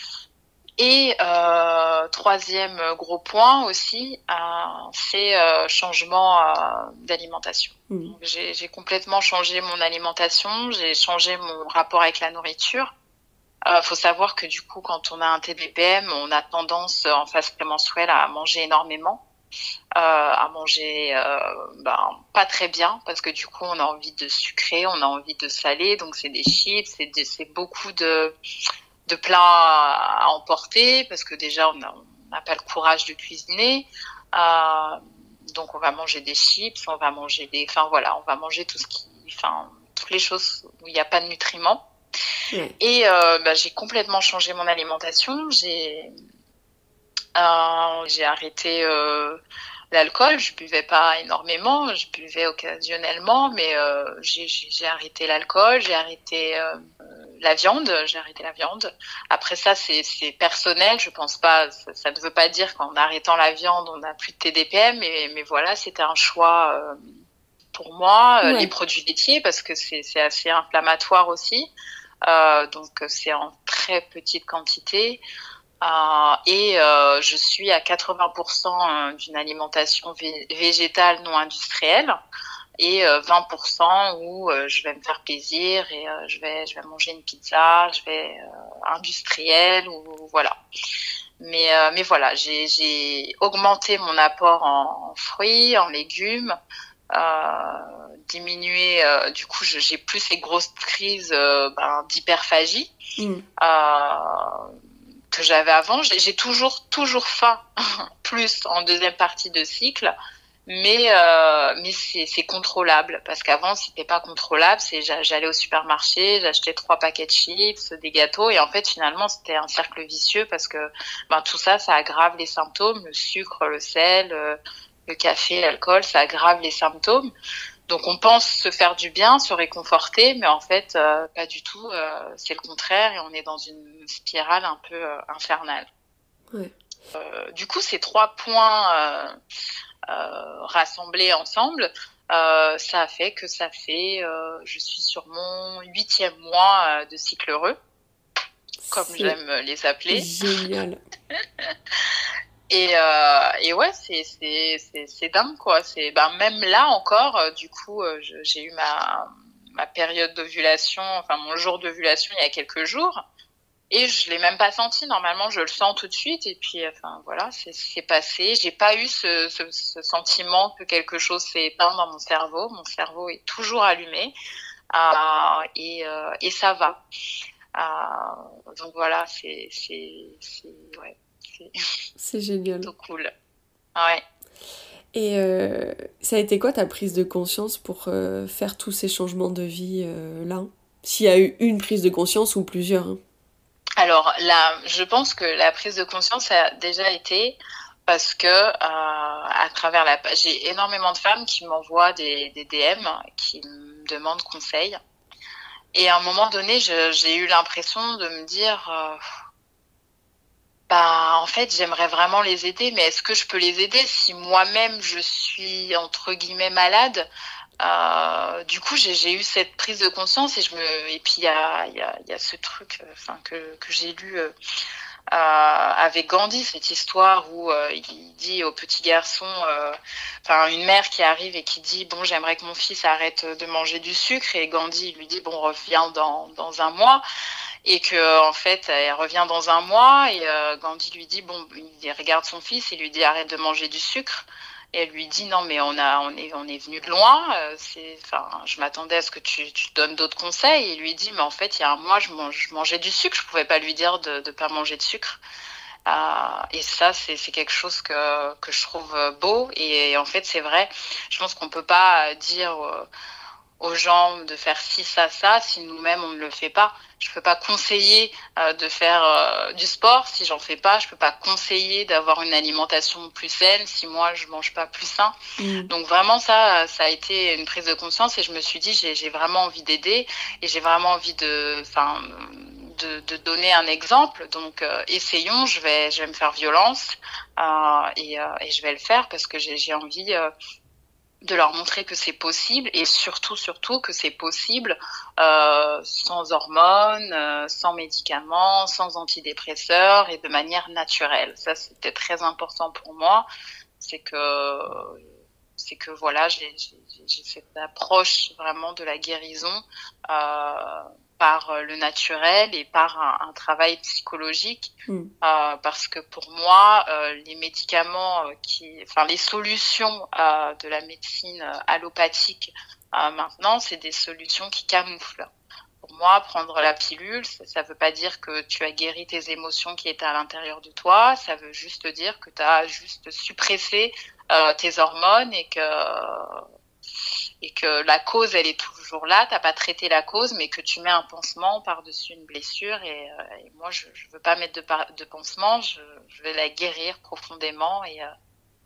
Et euh, troisième gros point aussi, euh, c'est euh, changement euh, d'alimentation. Mmh. Donc, j'ai, j'ai complètement changé mon alimentation, j'ai changé mon rapport avec la nourriture. Euh, faut savoir que du coup, quand on a un T D P M, on a tendance en phase prémenstruelle à manger énormément, euh, à manger euh, ben, pas très bien, parce que du coup, on a envie de sucrer, on a envie de saler, donc c'est des chips, c'est, des, c'est beaucoup de, de plats à emporter, parce que déjà, on n'a pas le courage de cuisiner. Euh, donc, on va manger des chips, on va manger des... Enfin, voilà, on va manger tout ce qui... Enfin, toutes les choses où il n'y a pas de nutriments. Mmh. Et euh, bah, j'ai complètement changé mon alimentation. J'ai, euh, j'ai arrêté euh, l'alcool. Je buvais pas énormément, je buvais occasionnellement, mais euh, j'ai, j'ai arrêté l'alcool, j'ai arrêté euh, la viande, j'ai arrêté la viande. Après ça, c'est, c'est personnel. Je pense pas. Ça, ça ne veut pas dire qu'en arrêtant la viande, on n'a plus de T D P M, mais, mais voilà, c'était un choix. Euh, pour moi, ouais. Les produits laitiers, parce que c'est, c'est assez inflammatoire aussi. Euh, donc c'est en très petite quantité euh, et euh, je suis à quatre-vingts pour cent d'une alimentation vé- végétale non industrielle et euh, vingt pour cent où euh, je vais me faire plaisir et euh, je vais je vais manger une pizza, je vais euh, industrielle ou voilà. Mais euh, mais voilà, j'ai j'ai augmenté mon apport en, en fruits, en légumes. Euh, diminuer euh, du coup je, j'ai plus ces grosses crises euh, ben, d'hyperphagie mmh. euh, que j'avais avant. J'ai, j'ai toujours toujours faim plus en deuxième partie de cycle, mais euh, mais c'est, c'est contrôlable parce qu'avant c'était pas contrôlable. C'est j'allais au supermarché, j'achetais trois paquets de chips, des gâteaux et en fait finalement c'était un cercle vicieux parce que ben tout ça ça aggrave les symptômes, le sucre, le sel, euh, le café, l'alcool, ça aggrave les symptômes. Donc on pense se faire du bien, se réconforter, mais en fait euh, pas du tout. Euh, c'est le contraire et on est dans une spirale un peu euh, infernale. Ouais. Euh, du coup, ces trois points euh, euh, rassemblés ensemble, euh, ça a fait que ça fait, euh, je suis sur mon huitième mois euh, de cycle heureux, comme c'est j'aime les appeler.
Génial.
Et, euh, et ouais, c'est, c'est, c'est, c'est dingue, quoi. C'est, ben, même là encore, euh, du coup, euh, je, j'ai eu ma, ma période d'ovulation, enfin, mon jour d'ovulation il y a quelques jours. Et je l'ai même pas senti. Normalement, je le sens tout de suite. Et puis, enfin, voilà, c'est, c'est passé. J'ai pas eu ce, ce, ce sentiment que quelque chose s'est éteint dans mon cerveau. Mon cerveau est toujours allumé. Euh, et, euh, et ça va. Euh, donc voilà, c'est, c'est, c'est, ouais. C'est,
c'est génial.
C'est cool. Ouais.
Et euh, ça a été quoi ta prise de conscience pour euh, faire tous ces changements de vie euh, là ? S'il y a eu une prise de conscience ou plusieurs hein.
Alors là, je pense que la prise de conscience a déjà été parce que euh, à travers la page, j'ai énormément de femmes qui m'envoient des, des D M, qui me demandent conseil. Et à un moment donné, je, j'ai eu l'impression de me dire... Euh, Bah, en fait, j'aimerais vraiment les aider, mais est-ce que je peux les aider si moi-même je suis entre guillemets malade ? Euh, du coup, j'ai, j'ai eu cette prise de conscience et je me, et puis il y a, il y a, il y a ce truc, enfin que que j'ai lu euh, euh, avec Gandhi, cette histoire où euh, il dit au petit garçon, enfin euh, une mère qui arrive et qui dit bon, j'aimerais que mon fils arrête de manger du sucre, et Gandhi lui dit bon, reviens dans dans un mois. Et que en fait elle revient dans un mois et euh, Gandhi lui dit bon, il regarde son fils et lui dit arrête de manger du sucre et elle lui dit non mais on a on est on est venu de loin, euh, c'est enfin je m'attendais à ce que tu tu donnes d'autres conseils. Et il lui dit mais en fait il y a un mois je, mange, je mangeais du sucre, je pouvais pas lui dire de de pas manger de sucre. Euh, et ça c'est c'est quelque chose que que je trouve beau et, et en fait c'est vrai, je pense qu'on peut pas dire euh, aux gens de faire ci, ça, ça, si nous-mêmes on ne le fait pas. Je peux pas conseiller euh, de faire euh, du sport si j'en fais pas. Je peux pas conseiller d'avoir une alimentation plus saine si moi je mange pas plus sain. Mmh. Donc vraiment ça, ça a été une prise de conscience et je me suis dit j'ai, j'ai vraiment envie d'aider et j'ai vraiment envie de, enfin, de, de donner un exemple. Donc euh, essayons. Je vais, je vais me faire violence euh, et, euh, et je vais le faire parce que j'ai, j'ai envie. Euh, de leur montrer que c'est possible et surtout, surtout que c'est possible euh, sans hormones, euh, sans médicaments, sans antidépresseurs et de manière naturelle. Ça, c'était très important pour moi. C'est que, c'est que voilà, j'ai, j'ai, j'ai cette approche vraiment de la guérison euh, par euh, le naturel et par un, un travail psychologique.
Mm.
Euh, parce que pour moi, euh, les médicaments, euh, qui, enfin les solutions euh, de la médecine euh, allopathique euh, maintenant, c'est des solutions qui camouflent. Pour moi, prendre la pilule, ça ne veut pas dire que tu as guéri tes émotions qui étaient à l'intérieur de toi. Ça veut juste dire que tu as juste suppressé euh, tes hormones et que et que la cause, elle est toujours là. T'as pas traité la cause, mais que tu mets un pansement par-dessus une blessure. Et, euh, et moi, je, je veux pas mettre de, par- de pansement. Je, je vais la guérir profondément. Et, euh,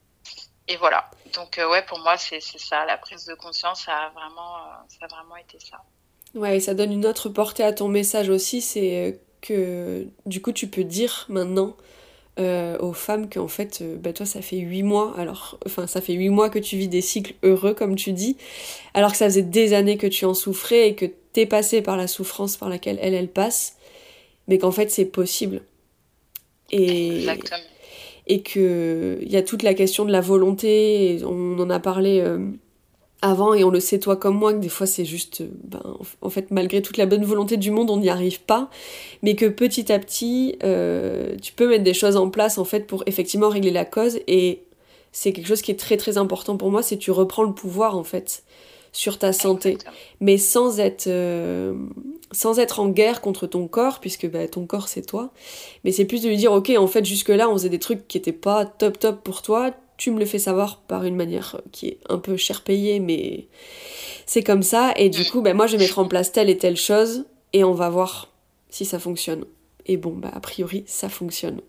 et voilà. Donc, euh, ouais, pour moi, c'est, c'est ça. La prise de conscience, ça a vraiment, euh, ça a vraiment été ça.
Ouais, et ça donne une autre portée à ton message aussi, c'est que du coup tu peux dire maintenant euh, aux femmes qu'en fait, euh, bah toi ça fait huit mois, alors, enfin ça fait huit mois que tu vis des cycles heureux comme tu dis, alors que ça faisait des années que tu en souffrais et que t'es passé par la souffrance par laquelle elle, elle passe, mais qu'en fait c'est possible. Et...
Exactement.
Et que il y a toute la question de la volonté, et on en a parlé... Euh, avant, et on le sait toi comme moi, que des fois c'est juste, ben, en fait, malgré toute la bonne volonté du monde, on n'y arrive pas, mais que petit à petit, euh, tu peux mettre des choses en place, en fait, pour effectivement régler la cause, et c'est quelque chose qui est très très important pour moi, c'est que tu reprends le pouvoir, en fait, sur ta santé,
Exactement.
mais sans être, euh, sans être en guerre contre ton corps, puisque bah, ton corps c'est toi, mais c'est plus de lui dire, ok, en fait, jusque-là, on faisait des trucs qui étaient pas top top pour toi, tu me le fais savoir par une manière qui est un peu cher payée, mais c'est comme ça. Et du coup, ben moi, je vais mettre en place telle et telle chose et on va voir si ça fonctionne. Et bon, bah, a priori, ça fonctionne.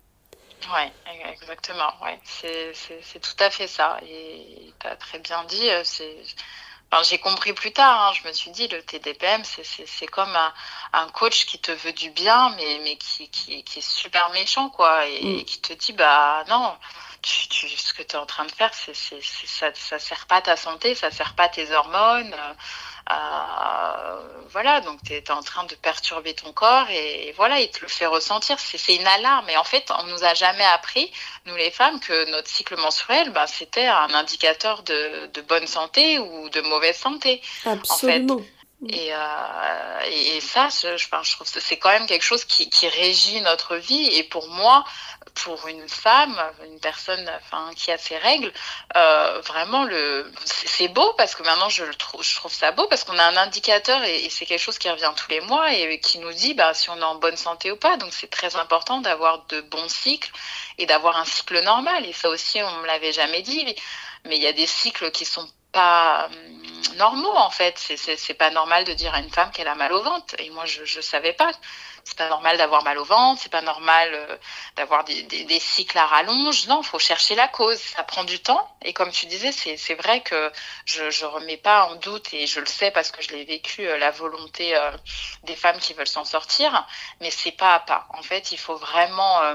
Ouais, exactement. Ouais. C'est, c'est, c'est tout à fait ça. Et tu as très bien dit. C'est... Enfin, j'ai compris plus tard. Hein, je me suis dit, le T D P M, c'est, c'est, c'est comme un, un coach qui te veut du bien, mais, mais qui, qui, qui est super méchant, quoi. Et, mm. et qui te dit, bah non. Tu, tu, ce que tu es en train de faire, c'est, c'est, c'est, ça ne sert pas à ta santé, ça ne sert pas à tes hormones. Euh, euh, voilà, donc tu es en train de perturber ton corps et, et voilà, il te le fait ressentir. C'est, c'est une alarme. Et en fait, on ne nous a jamais appris, nous les femmes, que notre cycle menstruel, ben, c'était un indicateur de, de bonne santé ou de mauvaise santé.
Absolument.
En fait. Et, euh, et, et ça, je, je, je trouve que c'est quand même quelque chose qui, qui régit notre vie. Et pour moi, pour une femme, une personne enfin, qui a ses règles, euh, vraiment, le, c'est, c'est beau parce que maintenant, je, le trouve, je trouve ça beau parce qu'on a un indicateur et, et c'est quelque chose qui revient tous les mois et qui nous dit bah, si on est en bonne santé ou pas. Donc, c'est très important d'avoir de bons cycles et d'avoir un cycle normal. Et ça aussi, on ne me l'avait jamais dit. Mais il y a des cycles qui sont pas euh, normaux en fait. C'est, c'est, c'est pas normal de dire à une femme qu'elle a mal au ventre. Et moi, je, je savais pas. C'est pas normal d'avoir mal au ventre. C'est pas normal euh, d'avoir des, des, des cycles à rallonge. Non, faut chercher la cause. Ça prend du temps. Et comme tu disais, c'est, c'est vrai que je, je remets pas en doute et je le sais parce que je l'ai vécu euh, la volonté euh, des femmes qui veulent s'en sortir. Mais c'est pas à pas. En fait, il faut vraiment euh,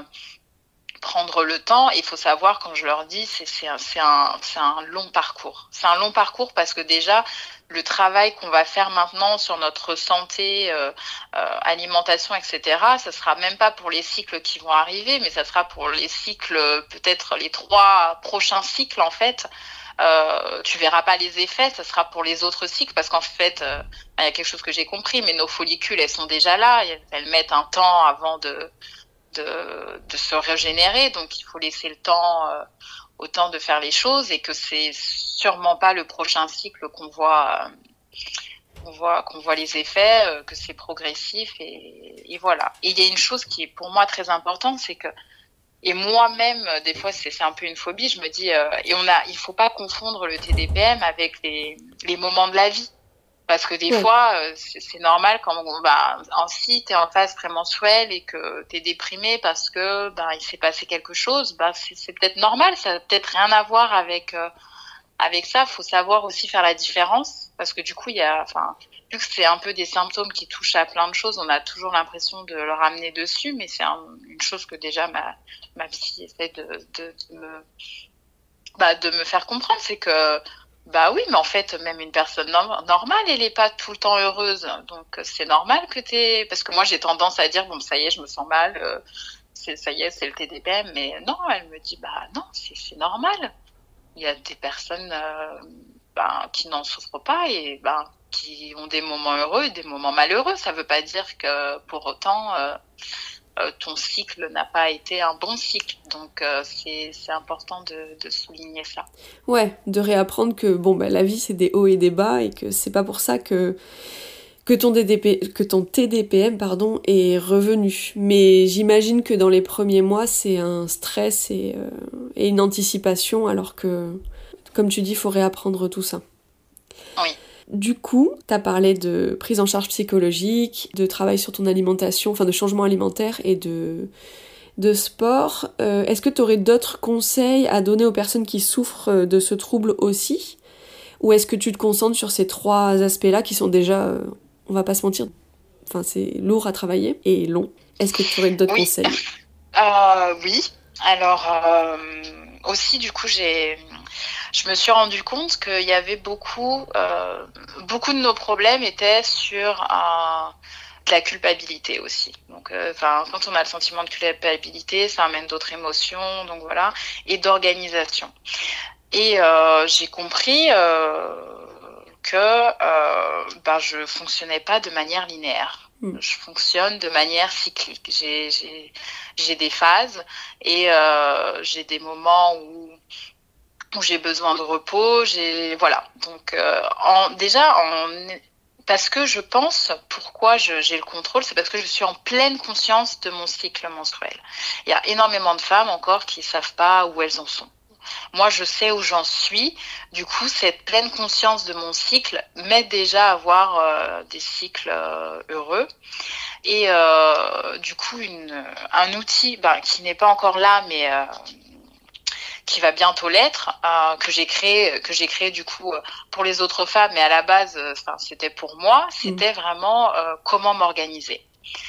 prendre le temps. Il faut savoir, quand je leur dis, c'est, c'est, un, c'est, un, c'est un long parcours. C'est un long parcours parce que déjà, le travail qu'on va faire maintenant sur notre santé, euh, euh, alimentation, et cetera, ça sera même pas pour les cycles qui vont arriver, mais ça sera pour les cycles, peut-être les trois prochains cycles, en fait. Euh, tu verras pas les effets, ça sera pour les autres cycles parce qu'en fait, euh, il y a quelque chose que j'ai compris, mais nos follicules, elles sont déjà là, elles mettent un temps avant de De, de se régénérer, donc il faut laisser le temps euh, au temps de faire les choses et que c'est sûrement pas le prochain cycle qu'on voit euh, qu'on voit qu'on voit les effets, euh, que c'est progressif et, et voilà. Et il y a une chose qui est pour moi très importante, c'est que et moi-même des fois c'est c'est un peu une phobie, je me dis euh, et on a il faut pas confondre le T D P M avec les les moments de la vie. Parce que des ouais. fois, euh, c'est, c'est normal quand on va, en, si t'es en phase prémenstruelle et que t'es déprimé parce que, ben, il s'est passé quelque chose, ben, c'est, c'est peut-être normal, ça n'a peut-être rien à voir avec, euh, avec ça. Faut savoir aussi faire la différence. Parce que du coup, il y a, enfin, vu que c'est un peu des symptômes qui touchent à plein de choses, on a toujours l'impression de le ramener dessus, mais c'est un, une chose que déjà ma, ma psy essaie de, de, de me, bah, de me faire comprendre, c'est que, bah oui, mais en fait, même une personne no- normale, elle est pas tout le temps heureuse. Donc, c'est normal que t'aies... Parce que moi, j'ai tendance à dire, bon, ça y est, je me sens mal, euh, c'est, ça y est, c'est le T D P M. Mais non, elle me dit, bah non, c'est, c'est normal. Il y a des personnes euh, ben, qui n'en souffrent pas et ben, qui ont des moments heureux et des moments malheureux. Ça veut pas dire que pour autant euh, euh, ton cycle n'a pas été un bon cycle. Donc euh, c'est c'est important de, de souligner ça.
Ouais, de réapprendre que bon bah la vie c'est des hauts et des bas et que c'est pas pour ça que que ton D D P, que ton T D P M pardon est revenu. Mais j'imagine que dans les premiers mois c'est un stress et euh, et une anticipation, alors que comme tu dis, il faut réapprendre tout ça.
Oui.
Du coup, tu as parlé de prise en charge psychologique, de travail sur ton alimentation, enfin de changement alimentaire et de, de sport. Euh, est-ce que tu aurais d'autres conseils à donner aux personnes qui souffrent de ce trouble aussi ? Ou est-ce que tu te concentres sur ces trois aspects-là qui sont déjà, euh, on va pas se mentir, enfin c'est lourd à travailler et long. Est-ce que tu aurais d'autres
oui.
conseils ?
euh, Oui. Alors euh, aussi, du coup, j'ai... je me suis rendu compte qu'il y avait beaucoup, euh, beaucoup de nos problèmes étaient sur euh, de la culpabilité aussi. Donc, euh, enfin, quand on a le sentiment de culpabilité, ça amène d'autres émotions, donc voilà, et d'organisation. Et euh, j'ai compris euh, que euh, ben, je fonctionnais pas de manière linéaire. Je fonctionne de manière cyclique. J'ai, j'ai, j'ai des phases et euh, j'ai des moments où où j'ai besoin de repos, j'ai voilà. Donc euh, en, déjà en parce que je pense pourquoi je, j'ai le contrôle, c'est parce que je suis en pleine conscience de mon cycle menstruel. Il y a énormément de femmes encore qui savent pas où elles en sont. Moi, je sais où j'en suis. Du coup, cette pleine conscience de mon cycle m'aide déjà à avoir euh, des cycles euh, heureux. Et euh, du coup, une, un outil ben, qui n'est pas encore là, mais euh, qui va bientôt l'être, euh, que j'ai créé, que j'ai créé du coup pour les autres femmes, mais à la base, euh, c'était pour moi. C'était mmh. vraiment euh, comment m'organiser.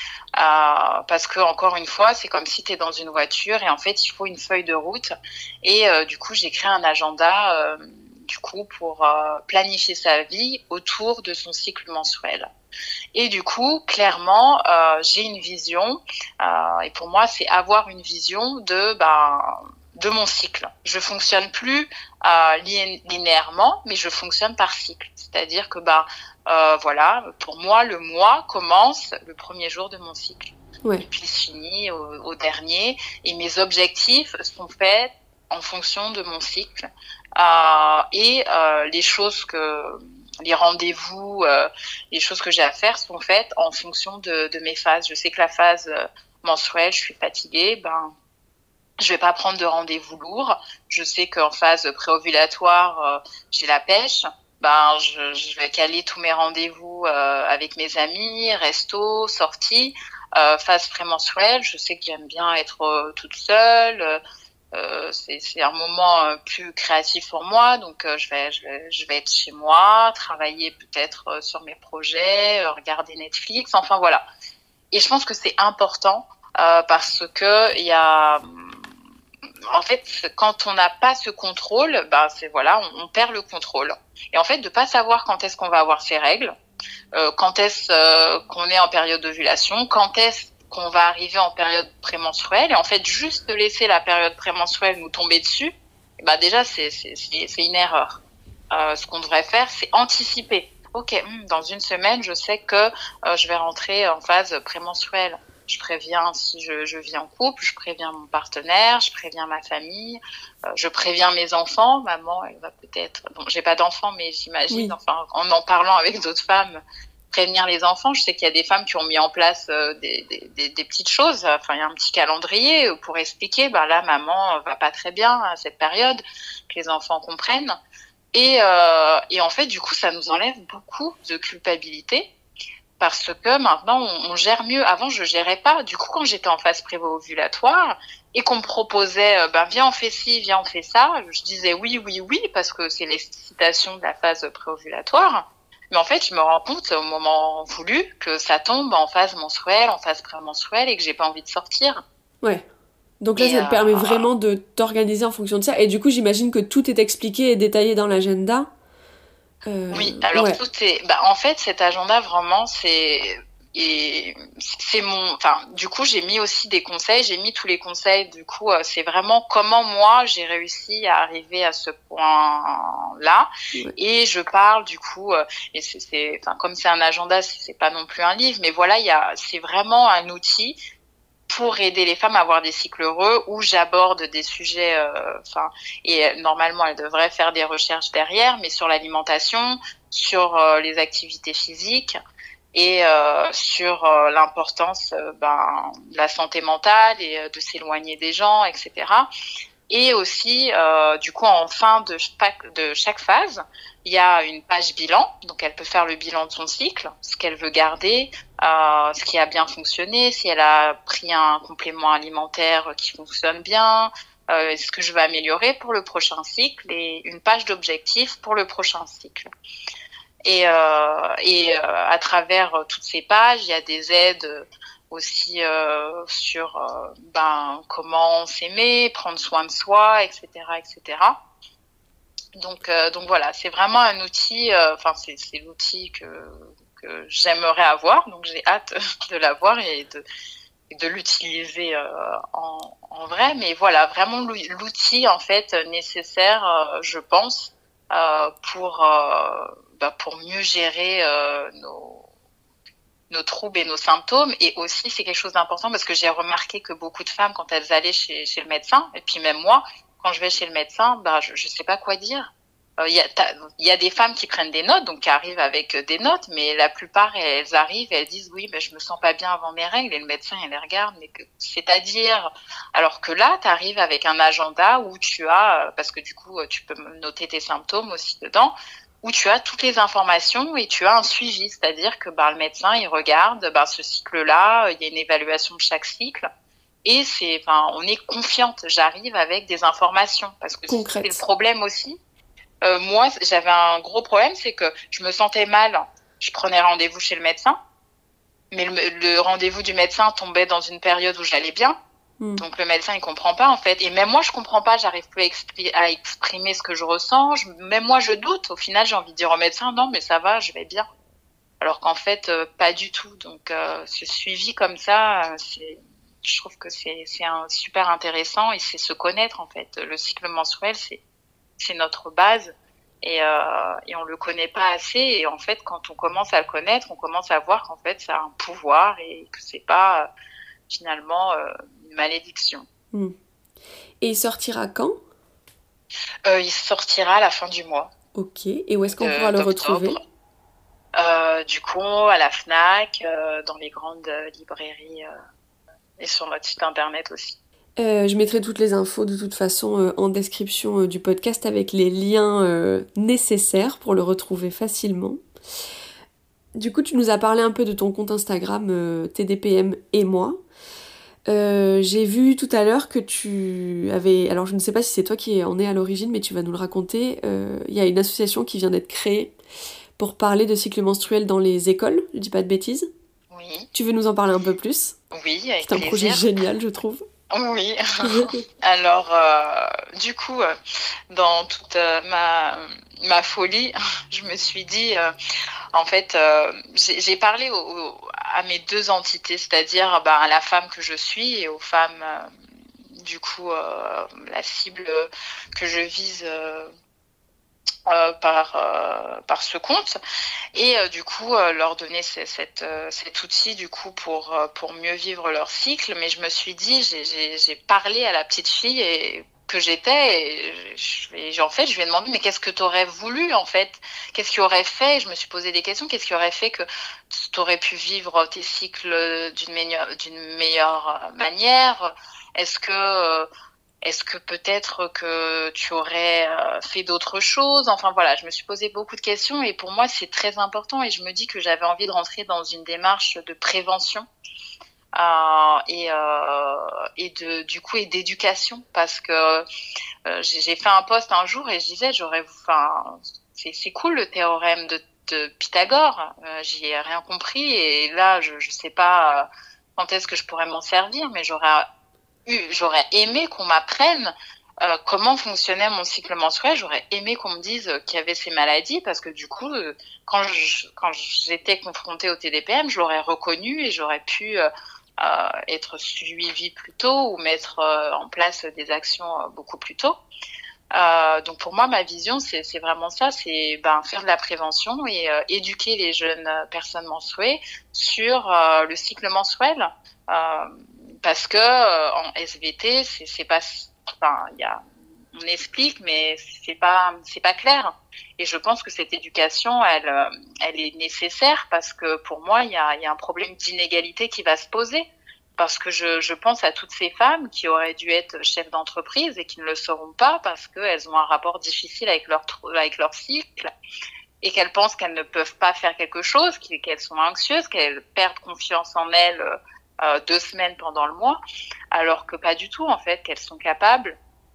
Euh, parce que encore une fois, c'est comme si tu es dans une voiture et en fait, il faut une feuille de route. Et euh, du coup, j'ai créé un agenda euh, du coup pour euh, planifier sa vie autour de son cycle menstruel. Et du coup, clairement, euh, j'ai une vision. Euh, et pour moi, c'est avoir une vision de ben de mon cycle. Je fonctionne plus euh, linéairement, mais je fonctionne par cycle. C'est-à-dire que bah euh, voilà, pour moi, le mois commence le premier jour de mon cycle. Ouais. Et puis se finit au, au dernier. Et mes objectifs sont faits en fonction de mon cycle. Euh, et euh, les choses que, les rendez-vous, euh, les choses que j'ai à faire sont faites en fonction de, de mes phases. Je sais que la phase menstruelle, je suis fatiguée, ben je vais pas prendre de rendez-vous lourds. Je sais qu'en phase préovulatoire, euh, j'ai la pêche. Ben, je, je vais caler tous mes rendez-vous euh, avec mes amis, resto, sorties. Euh, phase prémenstruelle, je sais que j'aime bien être euh, toute seule. Euh, c'est, c'est un moment euh, plus créatif pour moi, donc euh, je vais, je vais, je vais être chez moi, travailler peut-être euh, sur mes projets, euh, regarder Netflix. Enfin voilà. Et je pense que c'est important euh, parce que il y a en fait, quand on n'a pas ce contrôle, ben c'est voilà, on, on perd le contrôle. Et en fait, de pas savoir quand est-ce qu'on va avoir ses règles, euh, quand est-ce euh, qu'on est en période d'ovulation, quand est-ce qu'on va arriver en période prémenstruelle, et en fait, juste de laisser la période prémenstruelle nous tomber dessus, ben déjà c'est c'est c'est, c'est une erreur. Euh, ce qu'on devrait faire, c'est anticiper. Ok, dans une semaine, je sais que euh, je vais rentrer en phase prémenstruelle. Je préviens si je, je vis en couple, je préviens mon partenaire, je préviens ma famille, euh, je préviens mes enfants. Maman, elle va peut-être... Bon, j'ai pas d'enfants, mais j'imagine, oui. Enfin, en en parlant avec d'autres femmes, prévenir les enfants. Je sais qu'il y a des femmes qui ont mis en place euh, des, des, des, des petites choses. Enfin, il y a un petit calendrier pour expliquer, ben là, maman va pas très bien à cette période, que les enfants comprennent. Et, euh, et en fait, du coup, ça nous enlève beaucoup de culpabilité. Parce que maintenant, on, on gère mieux. Avant, je gérais pas. Du coup, quand j'étais en phase préovulatoire et qu'on me proposait, euh, ben, viens, on fait ci, viens, on fait ça, je disais oui, oui, oui, parce que c'est l'excitation de la phase préovulatoire. Mais en fait, je me rends compte au moment voulu que ça tombe en phase menstruelle, en phase prémenstruelle et que j'ai pas envie de sortir.
Ouais. Donc là, et ça te euh... permet vraiment de t'organiser en fonction de ça. Et du coup, j'imagine que tout est expliqué et détaillé dans l'agenda. Euh,
oui, alors ouais. tout est. Bah, en fait, cet agenda vraiment, c'est. Il et c'est mon, enfin, du coup, j'ai mis aussi des conseils. J'ai mis tous les conseils. Du coup, euh, c'est vraiment comment moi j'ai réussi à arriver à ce point-là.
Ouais.
Et je parle du coup, euh, et c'est, c'est, enfin, comme c'est un agenda, c'est, c'est pas non plus un livre, mais voilà, il y a, c'est vraiment un outil pour aider les femmes à avoir des cycles heureux, où j'aborde des sujets, enfin, euh, et normalement elles devraient faire des recherches derrière, mais sur l'alimentation, sur euh, les activités physiques et euh, sur euh, l'importance euh, ben, de la santé mentale et euh, de s'éloigner des gens, et cetera. Et aussi, euh, du coup, en fin de chaque, de chaque phase, il y a une page bilan. Donc, elle peut faire le bilan de son cycle, ce qu'elle veut garder, euh, ce qui a bien fonctionné, si elle a pris un complément alimentaire qui fonctionne bien, euh, ce que je veux améliorer pour le prochain cycle, et une page d'objectifs pour le prochain cycle. Et, euh, et euh, à travers euh, toutes ces pages, il y a des aides aussi euh, sur euh, ben comment s'aimer, prendre soin de soi, et cetera, et cetera. Donc euh, donc voilà, c'est vraiment un outil. Enfin, euh, c'est c'est l'outil que que j'aimerais avoir. Donc j'ai hâte de l'avoir et de et de l'utiliser euh, en en vrai. Mais voilà, vraiment l'outil en fait nécessaire, euh, je pense, euh, pour euh, bah, pour mieux gérer euh, nos nos troubles et nos symptômes. Et aussi, c'est quelque chose d'important parce que j'ai remarqué que beaucoup de femmes, quand elles allaient chez, chez le médecin, et puis même moi, quand je vais chez le médecin, bah, je, je sais pas quoi dire. Il euh, y a, il y a des femmes qui prennent des notes, donc qui arrivent avec des notes, mais la plupart, elles arrivent et elles disent, oui, mais je me sens pas bien avant mes règles, et le médecin, il les regarde, mais que, c'est-à-dire, alors que là, tu arrives avec un agenda où tu as, parce que du coup, tu peux noter tes symptômes aussi dedans, où tu as toutes les informations et tu as un suivi, c'est-à-dire que bah, le médecin il regarde bah, ce cycle-là, il y a une évaluation de chaque cycle et c'est, enfin, on est confiante. J'arrive avec des informations parce que
Concrète.
C'est le problème aussi. Euh, moi, j'avais un gros problème, c'est que je me sentais mal. Je prenais rendez-vous chez le médecin, mais le, le rendez-vous du médecin tombait dans une période où j'allais bien. Mm. Donc le médecin il comprend pas en fait, et même moi je comprends pas, j'arrive plus à, expli- à exprimer ce que je ressens, je, même moi je doute, au final j'ai envie de dire au médecin non mais ça va, je vais bien, alors qu'en fait euh, pas du tout. Donc euh, ce suivi comme ça, euh, c'est, je trouve que c'est, c'est un, super intéressant, et c'est se connaître en fait. Le cycle menstruel c'est, c'est notre base, et, euh, et on le connaît pas assez, et en fait quand on commence à le connaître, on commence à voir qu'en fait ça a un pouvoir et que c'est pas euh, finalement euh, une malédiction.
Mmh. Et il sortira quand ?
euh, Il sortira à la fin du mois.
Ok. Et où est-ce qu'on
de,
pourra le
d'octobre.
retrouver ?
euh, Du coup, à la Fnac, euh, dans les grandes librairies euh, et sur notre site internet aussi.
Euh, je mettrai toutes les infos de toute façon euh, en description euh, du podcast avec les liens euh, nécessaires pour le retrouver facilement. Du coup, tu nous as parlé un peu de ton compte Instagram euh, T D P M et moi. Euh, j'ai vu tout à l'heure que tu avais... Alors, je ne sais pas si c'est toi qui en es à l'origine, mais tu vas nous le raconter. Euh, il y a une association qui vient d'être créée pour parler de cycle menstruel dans les écoles. Je dis pas de bêtises ?
Oui.
Tu veux nous en parler un peu plus ?
Oui, avec
C'est un
plaisir.
projet génial, je trouve.
Oui. Alors, euh, du coup, euh, dans toute euh, ma, ma folie, je me suis dit... Euh, En fait, euh, j'ai, j'ai parlé au, au, à mes deux entités, c'est-à-dire bah, à la femme que je suis et aux femmes, euh, du coup, euh, la cible que je vise euh, euh, par, euh, par ce compte. Et euh, du coup, euh, leur donner c- cette, euh, cet outil du coup, pour, euh, pour mieux vivre leur cycle. Mais je me suis dit, j'ai, j'ai, j'ai parlé à la petite fille et... que j'étais, et, je, et en fait, je lui ai demandé, mais qu'est-ce que tu aurais voulu, en fait ? Qu'est-ce qui aurait fait ? Je me suis posé des questions. Qu'est-ce qui aurait fait que tu aurais pu vivre tes cycles d'une meilleure, d'une meilleure manière ? Est-ce que, est-ce que peut-être que tu aurais fait d'autres choses ? Enfin, voilà, je me suis posé beaucoup de questions, et pour moi, c'est très important, et je me dis que j'avais envie de rentrer dans une démarche de prévention. Euh, et euh, et de du coup et d'éducation, parce que euh, j'ai, j'ai fait un post un jour et je disais j'aurais enfin c'est c'est cool le théorème de, de Pythagore, euh, j'y ai rien compris, et là je je sais pas quand est-ce que je pourrais m'en servir, mais j'aurais eu j'aurais aimé qu'on m'apprenne euh, comment fonctionnait mon cycle menstruel. J'aurais aimé qu'on me dise qu'il y avait ces maladies parce que du coup, euh, quand, je, quand j'étais confrontée au T D P M, je l'aurais reconnu et j'aurais pu euh, euh, être suivie plus tôt ou mettre euh, en place des actions euh, beaucoup plus tôt. Euh, donc pour moi, ma vision, c'est, c'est vraiment ça, c'est ben, faire de la prévention et euh, éduquer les jeunes personnes menstruées sur euh, le cycle menstruel. Euh, parce que euh, en S V T, c'est, c'est pas, enfin, il y a, on explique, mais c'est pas, c'est pas clair. Et je pense que cette éducation, elle, elle est nécessaire parce que pour moi, il y a, il y a un problème d'inégalité qui va se poser. Parce que je, je pense à toutes ces femmes qui auraient dû être chefs d'entreprise et qui ne le seront pas parce qu'elles ont un rapport difficile avec leur, avec leur cycle et qu'elles pensent qu'elles ne peuvent pas faire quelque chose, qu'elles sont anxieuses, qu'elles perdent confiance en elles euh, deux semaines pendant le mois, alors que pas du tout, en fait, qu'elles sont capables.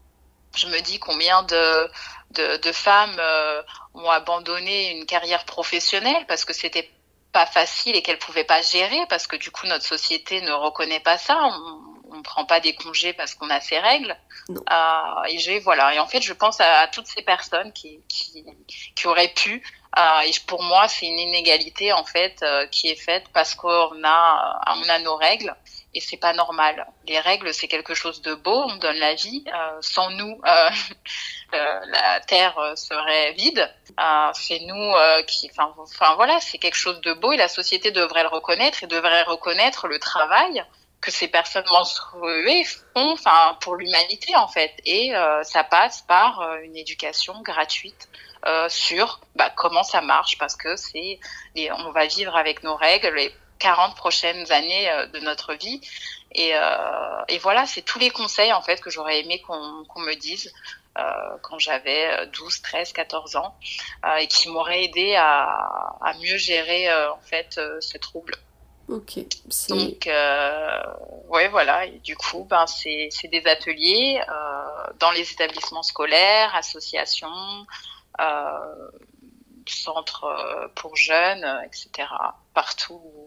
Je me dis combien de, de, de femmes euh, ont abandonné une carrière professionnelle parce que c'était pas facile et qu'elle pouvait pas gérer parce que du coup notre société ne reconnaît pas ça, on, on prend pas des congés parce qu'on a ses règles. Euh, et j'ai voilà et en fait je pense à, à toutes ces personnes qui qui qui auraient pu euh, et pour moi c'est une inégalité en fait euh, qui est faite parce qu'on a on a nos règles et c'est pas normal. Les règles c'est quelque chose de beau, on donne la vie, euh, sans nous euh, euh, la terre serait vide. Euh, c'est nous euh, qui enfin enfin voilà, c'est quelque chose de beau et la société devrait le reconnaître et devrait reconnaître le travail que ces personnes menstruées font enfin pour l'humanité en fait et euh, ça passe par euh, une éducation gratuite euh, sur bah, comment ça marche parce que c'est et on va vivre avec nos règles les quarante prochaines années euh, de notre vie et euh, et voilà, c'est tous les conseils en fait que j'aurais aimé qu'on qu'on me dise euh, quand j'avais douze, treize, quatorze ans euh, et qui m'auraient aidé à à mieux gérer euh, en fait euh, ce trouble.
Ok. C'est...
Donc, euh, ouais, voilà. Et du coup, ben, c'est, c'est des ateliers euh, dans les établissements scolaires, associations, euh, centres pour jeunes, et cetera. Partout où,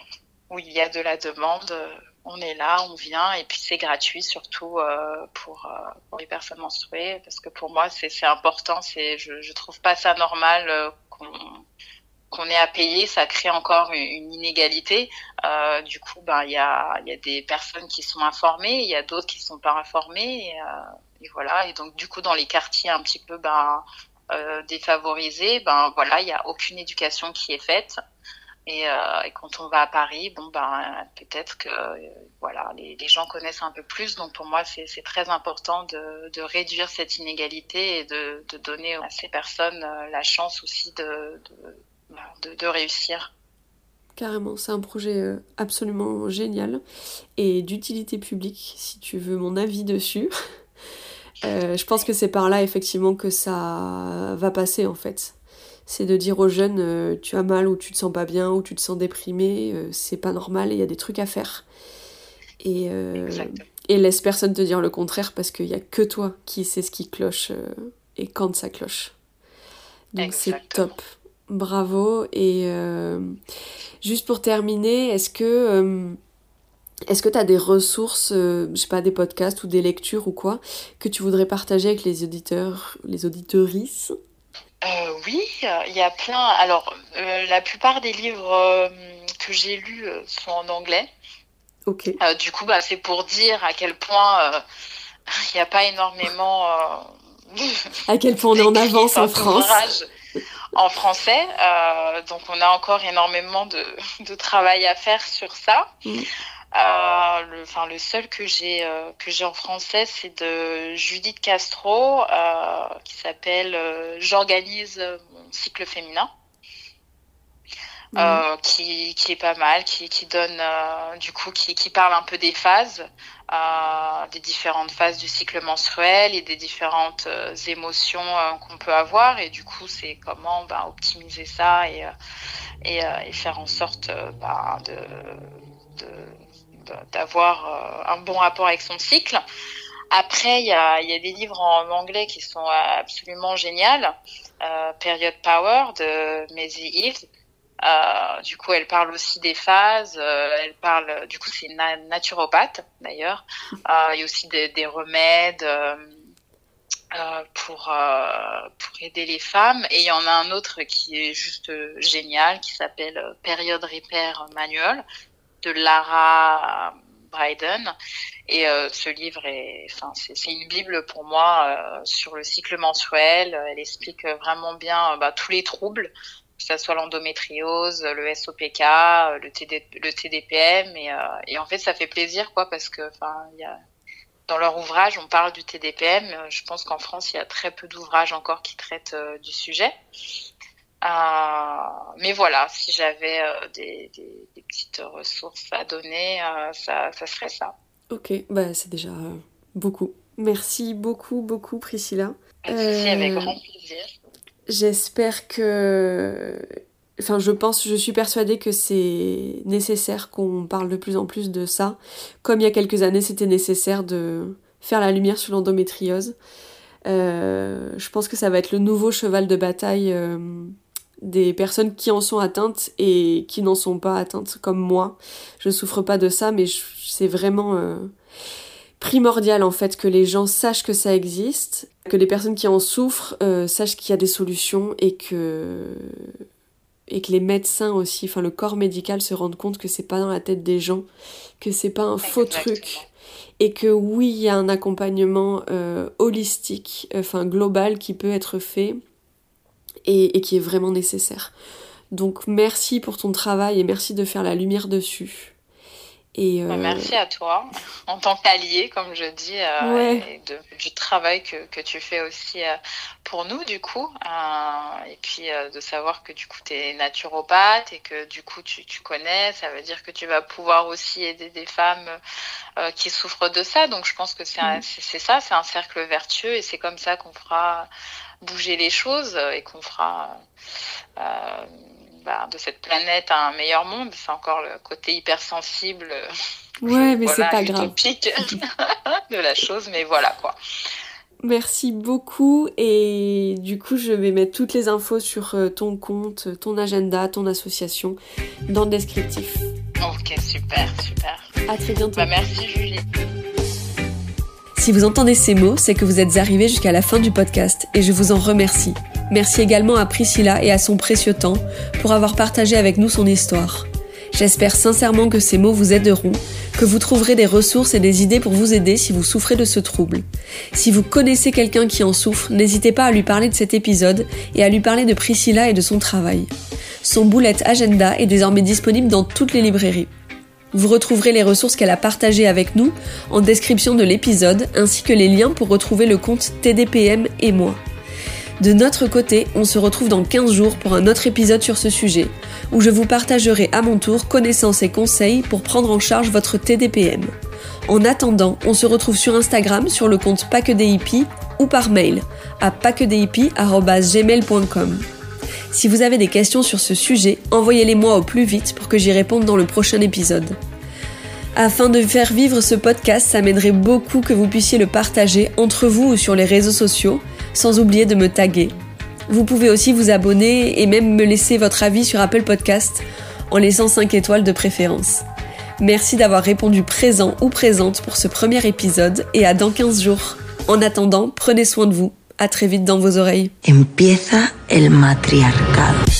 où il y a de la demande, on est là, on vient. Et puis, c'est gratuit, surtout euh, pour, euh, pour les personnes menstruées. Parce que pour moi, c'est, c'est important. C'est, je, je trouve pas ça normal euh, qu'on... qu'on ait à payer, ça crée encore une inégalité. Euh, du coup, ben il y a il y a des personnes qui sont informées, il y a d'autres qui sont pas informées, et, euh, et voilà. Et donc du coup, dans les quartiers un petit peu ben euh, défavorisés, ben voilà, il y a aucune éducation qui est faite. Et, euh, et quand on va à Paris, bon ben peut-être que euh, voilà, les, les gens connaissent un peu plus. Donc pour moi, c'est c'est très important de de réduire cette inégalité et de de donner à ces personnes euh, la chance aussi de, de De, de réussir.
Carrément, c'est un projet euh, absolument génial et d'utilité publique, si tu veux mon avis dessus. euh, je pense que c'est par là, effectivement, que ça va passer, en fait. C'est de dire aux jeunes, euh, tu as mal ou tu te sens pas bien ou tu te sens déprimé, euh, c'est pas normal et il y a des trucs à faire. Et, euh, et laisse personne te dire le contraire parce qu'il y a que toi qui sais ce qui cloche euh, et quand ça cloche. Donc Exactement. C'est top. Bravo. Et euh, juste pour terminer, est-ce que euh, est-ce que tu as des ressources, euh, je sais pas, des podcasts ou des lectures ou quoi, que tu voudrais partager avec les auditeurs, les auditrices ?
euh, Oui, il y a plein. Alors, euh, la plupart des livres euh, que j'ai lus euh, sont en anglais.
Ok.
Euh, du coup, bah, c'est pour dire à quel point il euh, n'y a pas énormément... Euh,
à quel point on est en avance en France.
En français, euh, donc on a encore énormément de, de travail à faire sur ça. Mmh. Euh, le, enfin, le seul que j'ai euh, que j'ai en français, c'est de Judith Castro, euh, qui s'appelle euh, J'organise mon cycle féminin, mmh. euh, qui qui est pas mal, qui qui donne euh, du coup qui qui parle un peu des phases. Euh, des différentes phases du cycle menstruel et des différentes euh, émotions euh, qu'on peut avoir et du coup c'est comment ben, optimiser ça et, euh, et, euh, et faire en sorte euh, ben, de, de, de, d'avoir euh, un bon rapport avec son cycle. Après il y a, y a des livres en anglais qui sont absolument géniaux, euh, Period Power de Maisie Eves. Euh, du coup, elle parle aussi des phases. Euh, elle parle, du coup, c'est une naturopathe d'ailleurs. Euh, il y a aussi des, des remèdes. Euh, euh, pour, euh, pour aider les femmes. Et il y en a un autre qui est juste euh, génial, qui s'appelle euh, Period Repair Manual de Lara Briden. Et euh, ce livre est, enfin, c'est, c'est une bible pour moi euh, sur le cycle menstruel. Elle explique vraiment bien euh, bah, tous les troubles, que ce soit l'endométriose, le S O P K, le, T D, le T D P M. Et, euh, et en fait, ça fait plaisir, quoi, parce que, enfin, il y a, dans leur ouvrage, on parle du T D P M. Je pense qu'en France, il y a très peu d'ouvrages encore qui traitent euh, du sujet. Euh, mais voilà, si j'avais euh, des, des, des petites ressources à donner, euh, ça, ça serait ça.
Ok, bah c'est déjà euh, beaucoup. Merci beaucoup, beaucoup Priscilla.
Euh, avec grand plaisir.
J'espère que... Enfin, je pense, je suis persuadée que c'est nécessaire qu'on parle de plus en plus de ça. Comme il y a quelques années, c'était nécessaire de faire la lumière sur l'endométriose. Euh, je pense que ça va être le nouveau cheval de bataille euh, des personnes qui en sont atteintes et qui n'en sont pas atteintes, comme moi. Je souffre pas de ça, mais je, c'est vraiment euh, primordial en fait que les gens sachent que ça existe, que les personnes qui en souffrent euh, sachent qu'il y a des solutions et que et que les médecins aussi, enfin le corps médical se rendent compte que c'est pas dans la tête des gens, que c'est pas un faux
Exactement.
truc. Et que oui, il y a un accompagnement euh, holistique, enfin global, qui peut être fait et, et qui est vraiment nécessaire. Donc merci pour ton travail et merci de faire la lumière dessus. Et euh...
Merci à toi, en tant qu'allié, comme je dis, euh,
ouais.
et de, du travail que, que tu fais aussi euh, pour nous, du coup. Euh, et puis euh, de savoir que du coup, tu es naturopathe et que du coup, tu, tu connais, ça veut dire que tu vas pouvoir aussi aider des femmes euh, qui souffrent de ça. Donc je pense que c'est, un, c'est, c'est ça, c'est un cercle vertueux et c'est comme ça qu'on fera bouger les choses et qu'on fera... Euh, Bah, de cette planète à un meilleur monde. C'est encore le côté hypersensible,
ouais, mais
voilà,
c'est pas
utopique de la chose, mais voilà quoi.
Merci beaucoup et du coup je vais mettre toutes les infos sur ton compte, ton agenda, ton association dans le descriptif.
Ok, super, super.
À très bientôt.
Bah, merci Julie.
Si vous entendez ces mots, c'est que vous êtes arrivés jusqu'à la fin du podcast et je vous en remercie. Merci également à Priscilla et à son précieux temps pour avoir partagé avec nous son histoire. J'espère sincèrement que ces mots vous aideront, que vous trouverez des ressources et des idées pour vous aider si vous souffrez de ce trouble. Si vous connaissez quelqu'un qui en souffre, n'hésitez pas à lui parler de cet épisode et à lui parler de Priscilla et de son travail. Son bullet agenda est désormais disponible dans toutes les librairies. Vous retrouverez les ressources qu'elle a partagées avec nous en description de l'épisode, ainsi que les liens pour retrouver le compte T D P M et moi. De notre côté, on se retrouve dans quinze jours pour un autre épisode sur ce sujet, où je vous partagerai à mon tour connaissances et conseils pour prendre en charge votre T D P M. En attendant, on se retrouve sur Instagram sur le compte Pas que des hippies ou par mail à pas que des hippies arobase gmail point com. Si vous avez des questions sur ce sujet, envoyez-les moi au plus vite pour que j'y réponde dans le prochain épisode. Afin de faire vivre ce podcast, ça m'aiderait beaucoup que vous puissiez le partager entre vous ou sur les réseaux sociaux, sans oublier de me taguer. Vous pouvez aussi vous abonner et même me laisser votre avis sur Apple Podcast en laissant cinq étoiles de préférence. Merci d'avoir répondu présent ou présente pour ce premier épisode et à dans quinze jours. En attendant, prenez soin de vous. À très vite dans vos oreilles.
Empieza el matriarcado.